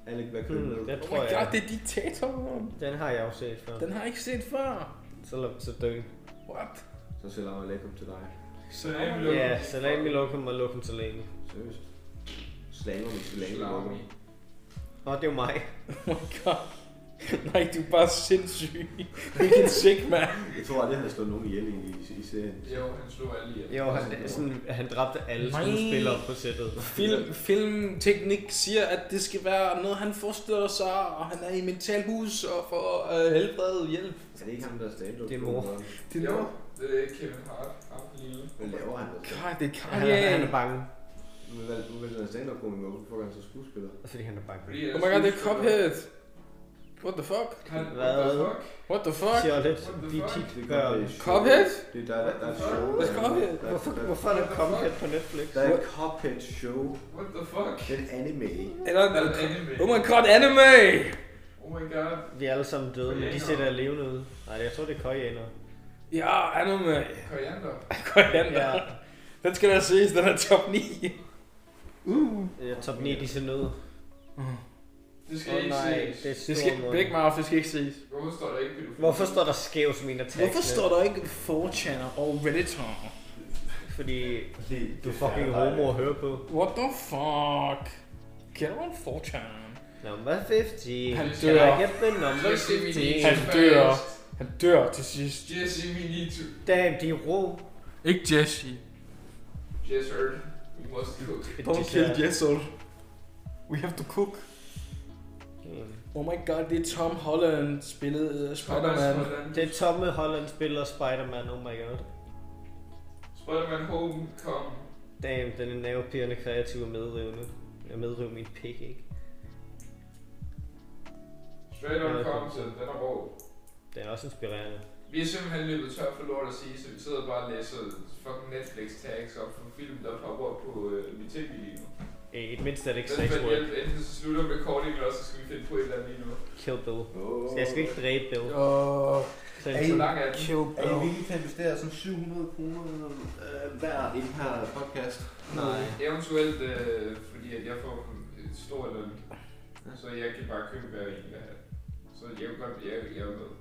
Alec, hvad Hmm, køber du? det Oh tror my god, jeg. det er diktatoren. Den har jeg også set før. Den har jeg ikke set før. Så, så dø. What? Så salam alaikum til dig. Salam Ja, salami lokum og lokum salami. Seriøst. Slamer med salami. Salami. Åh, det er jo mig. Oh my god. Nej, du er bare sindssyg. Hvilken sick, man. Jeg tror aldrig, han har slået nogen ihjel i, i, i serien. Jo, han slog alle ihjel. Jo, han, sådan, han dræbte alle Nej. skuespillere på sættet. Film, filmteknik siger, at det skal være noget, han forestiller sig, og han er i mentalhus og får øh, helbredet hjælp. Er det ikke ham, der er stand-up? Det er mor. Det er Jo, noget. det er Kevin Hart. Ham lille. Hvad laver han der? God, det er Han er, han er Kanye. bange, Nu vil han stand-up komiker, hvorfor får han så skuespiller? fordi han er bange. Fordi Oh my god, det er Cuphead. What the fuck? Han, Hvad? what the fuck? What the fuck? Charlotte, What the de fuck? tit Det er gør... godt, det er sjovt. Cuphead? Det er der, der, der er et show. Hvad er Cuphead? Der er- Hvorfor, der er- hvorfor er der Cuphead på Netflix? Der er et Cuphead show. What the fuck? Det er en anime. Eller, Der er et anime. oh my god, anime! Oh my god. Vi er alle sammen døde, men de ser der levende ud. Nej, jeg tror det er koreaner. Ja, anime. Koriander. Koriander. Ja, Den skal der ses, den er top ni. ja top ni, de ser nød. Det skal Åh ikke nej, ses. det er Det stor skal, mund. Big Mouth, det skal ikke ses. Hvorfor står der ikke pædofil? Hvorfor står der skæv som en af tagsene? Hvorfor står der ikke four chan og Redditor? Fordi Det, du er fucking homo at høre på. What the fuck? Get on four chan. Number femten. Han Can dør. I get the number Jesse, we need femten? to Han dør. fast. Han dør til sidst. Jesse, we need to. Damn, de er ro. Ikke Jesse. Just heard. We must cook. Don't kill Jessel. We have to cook. Hmm. Oh my god, det er Tom Holland spillet uh, Spider-Man. Det er Tomme Holland spiller Spider-Man, oh my god. Spider-Man Homecoming. Damn, den er nervepirrende kreativ og medrivende. Jeg medriver min pik, ikke? Straight on concept, den er rå. Den er også inspirerende. Vi er simpelthen løbet tør for lort at sige, så vi sidder bare og læser fucking Netflix tags op for film, der popper op på øh, mit tv lige nu. I et mindst er det ikke Den sex skal work. hjælpe, enten så slutter recordingen, eller så skal vi finde på et eller andet lige nu. Kill Bill. Oh. Så jeg skal ikke dræbe Bill. Åh, Så Ej. jeg Så lang er den. kill Er I villige til at investere sådan syv hundrede kroner øh, hver i den her podcast? Nej. Eventuelt, øh, fordi at jeg får et stort løn, så jeg kan bare købe hver en, jeg har. Så jeg vil godt, jeg, jeg er med.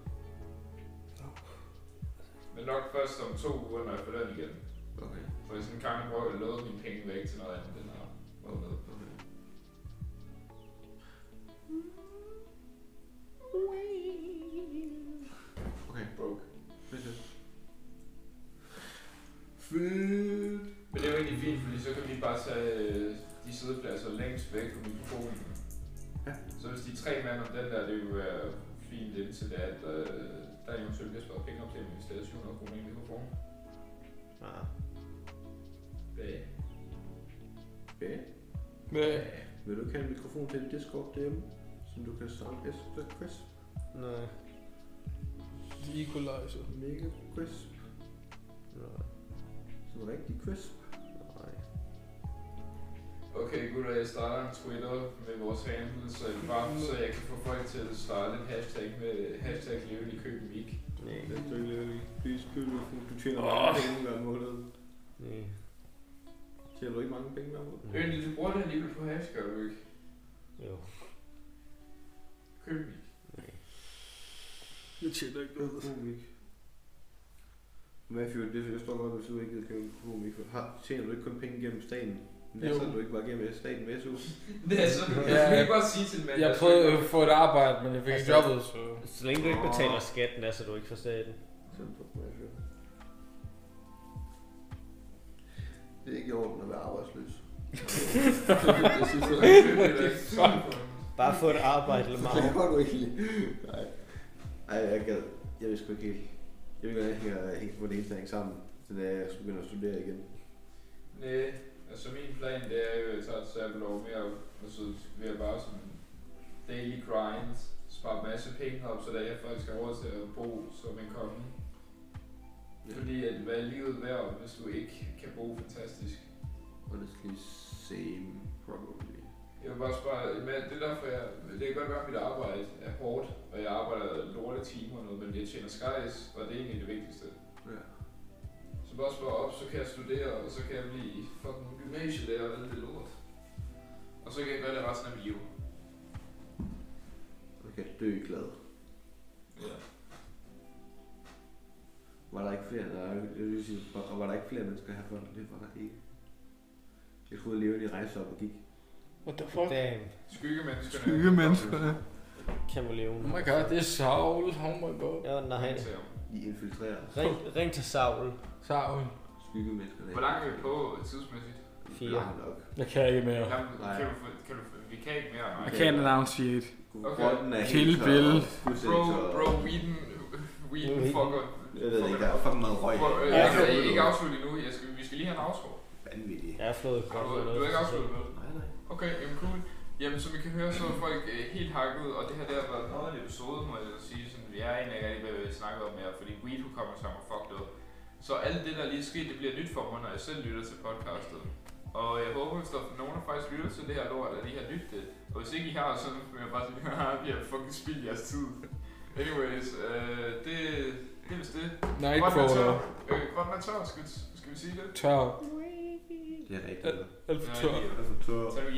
Men nok først om to uger, når jeg får løn igen. Okay. For jeg sådan en gang hvor jeg lovede mine penge væk til noget andet, den har været med. Okay. Broke. Fedt. Men det er jo egentlig fint, fordi så kan vi bare tage øh, de sædepladser længst væk fra mikrofonen. Ja. Så hvis de er tre mand om den der, det vil være fint indtil det, at øh, der er eventuelt bliver sparet penge op til at investere syv hundrede kroner i mikrofonen. Ah. Ja. Okay. Hvad? Vil du ikke have en mikrofon til en Discord derhjemme, som du kan samle efter Chris? Nej. Equalizer. Mega crisp. Nej. Sådan rigtig crisp. Nej. Okay gutter, jeg starter en Twitter med vores handle, så jeg, bare, så jeg kan få folk til at starte et hashtag med hashtag levende i Køben Mik. Nej. Det er ikke please, du tjener mange penge hver måned. Nej. Tjener du ikke mange penge hver måned? Egentlig, du bruger det alligevel på hash, gør du ikke? Jo. Køben Mik. Jeg tjener ikke noget. Komik. Matthew, det jeg forstår godt, hvis du ikke gider købe en komik. Har, tjener du ikke kun penge gennem staten? Næste du ikke bare gennem staten med S U? Det er så, Ja. jeg kan ikke bare sige til en mand, Jeg der prøvede skal- at få et arbejde, men jeg fik ikke Altså- jobbet, så... Så længe du ikke betaler skatten, er så du ikke for staten. Det er ikke i orden at være arbejdsløs. Jeg synes, det er ikke Bare få et arbejde eller Det meget. kan du ikke lide. Nej. Ej, jeg gad. Jeg ved sgu ikke helt. Jeg vil gerne ikke have helt få det hele hænge sammen, så da jeg skulle begynde at studere igen. Nej, altså min plan det er jo, at jeg tager et sabbatår mere, og så vil jeg bare sådan daily grind, spare en masse penge op, så der jeg faktisk har råd til at bo som en konge. Ja. Fordi at hvad er livet værd, hvis du ikke kan bo fantastisk? Honestly, same, probably. Jeg vil bare spare, men det er derfor jeg, det kan godt være at mit arbejde er hårdt, og jeg arbejder lorte timer og noget, men jeg tjener skies, og det er egentlig det vigtigste. Ja. Så bare spare op, så kan jeg studere, og så kan jeg blive fucking gymnasielærer og alt det lort. Og så kan jeg gøre det resten af mit liv. dø glad. Ja. Var der ikke flere, der, jeg vil sige, var, var der ikke flere mennesker her før? Det var der ikke. Jeg troede, at de rejste op og gik. What the fuck? Damn. Skyggemenneskerne. Skyggemenneskerne. Kameleon. Oh my god, det er Saul. Oh my god. Ja, nej. De infiltrerer. Ring, ring til Saul. Saul. Skyggemenneskerne. Hvor langt er vi på tidsmæssigt? Fire. Langt nok. Jeg kan ikke mere. Jamen, Nej. kan du, få- kan du, få- vi kan ikke mere. Nej. I can't announce it. Okay. Grunden er Kill helt tør Bill. og fuldstændig Bro, tør. bro, Whedon, Whedon fucker. Jeg ved ikke, der er fucking meget røg. Bro, øh, Ja, jeg kan okay. ikke afslutte endnu. Jeg skal, vi skal lige have en outro. Vanvittigt. Jeg har flået Har godt. du, for du noget har ikke for sig afsluttet med? Nej, nej. Okay, jamen cool. Jamen, som I kan høre, så er folk øh, helt hakket, og det her der har været noget af en episode, må jeg sige. Sådan, vi er egentlig ikke rigtig ved at snakke om mere, fordi Weed kommer sammen og fucked up. Så alt det, der lige er sket, det bliver nyt for mig, når jeg selv lytter til podcastet. Og jeg håber, hvis der er nogen, der faktisk lytter til det her lort, at I har lyttet det. Og hvis ikke I har, så vil jeg bare sige, haha, vi har fucking spildt jeres tid. Anyways, øh, det, det er vist det. Nightcrawler. Øh, grøn er tør, skal, skal vi sige det? Tør. Det er rigtigt. Alt for Ja, tør. lige- Alt for tør. Så er vi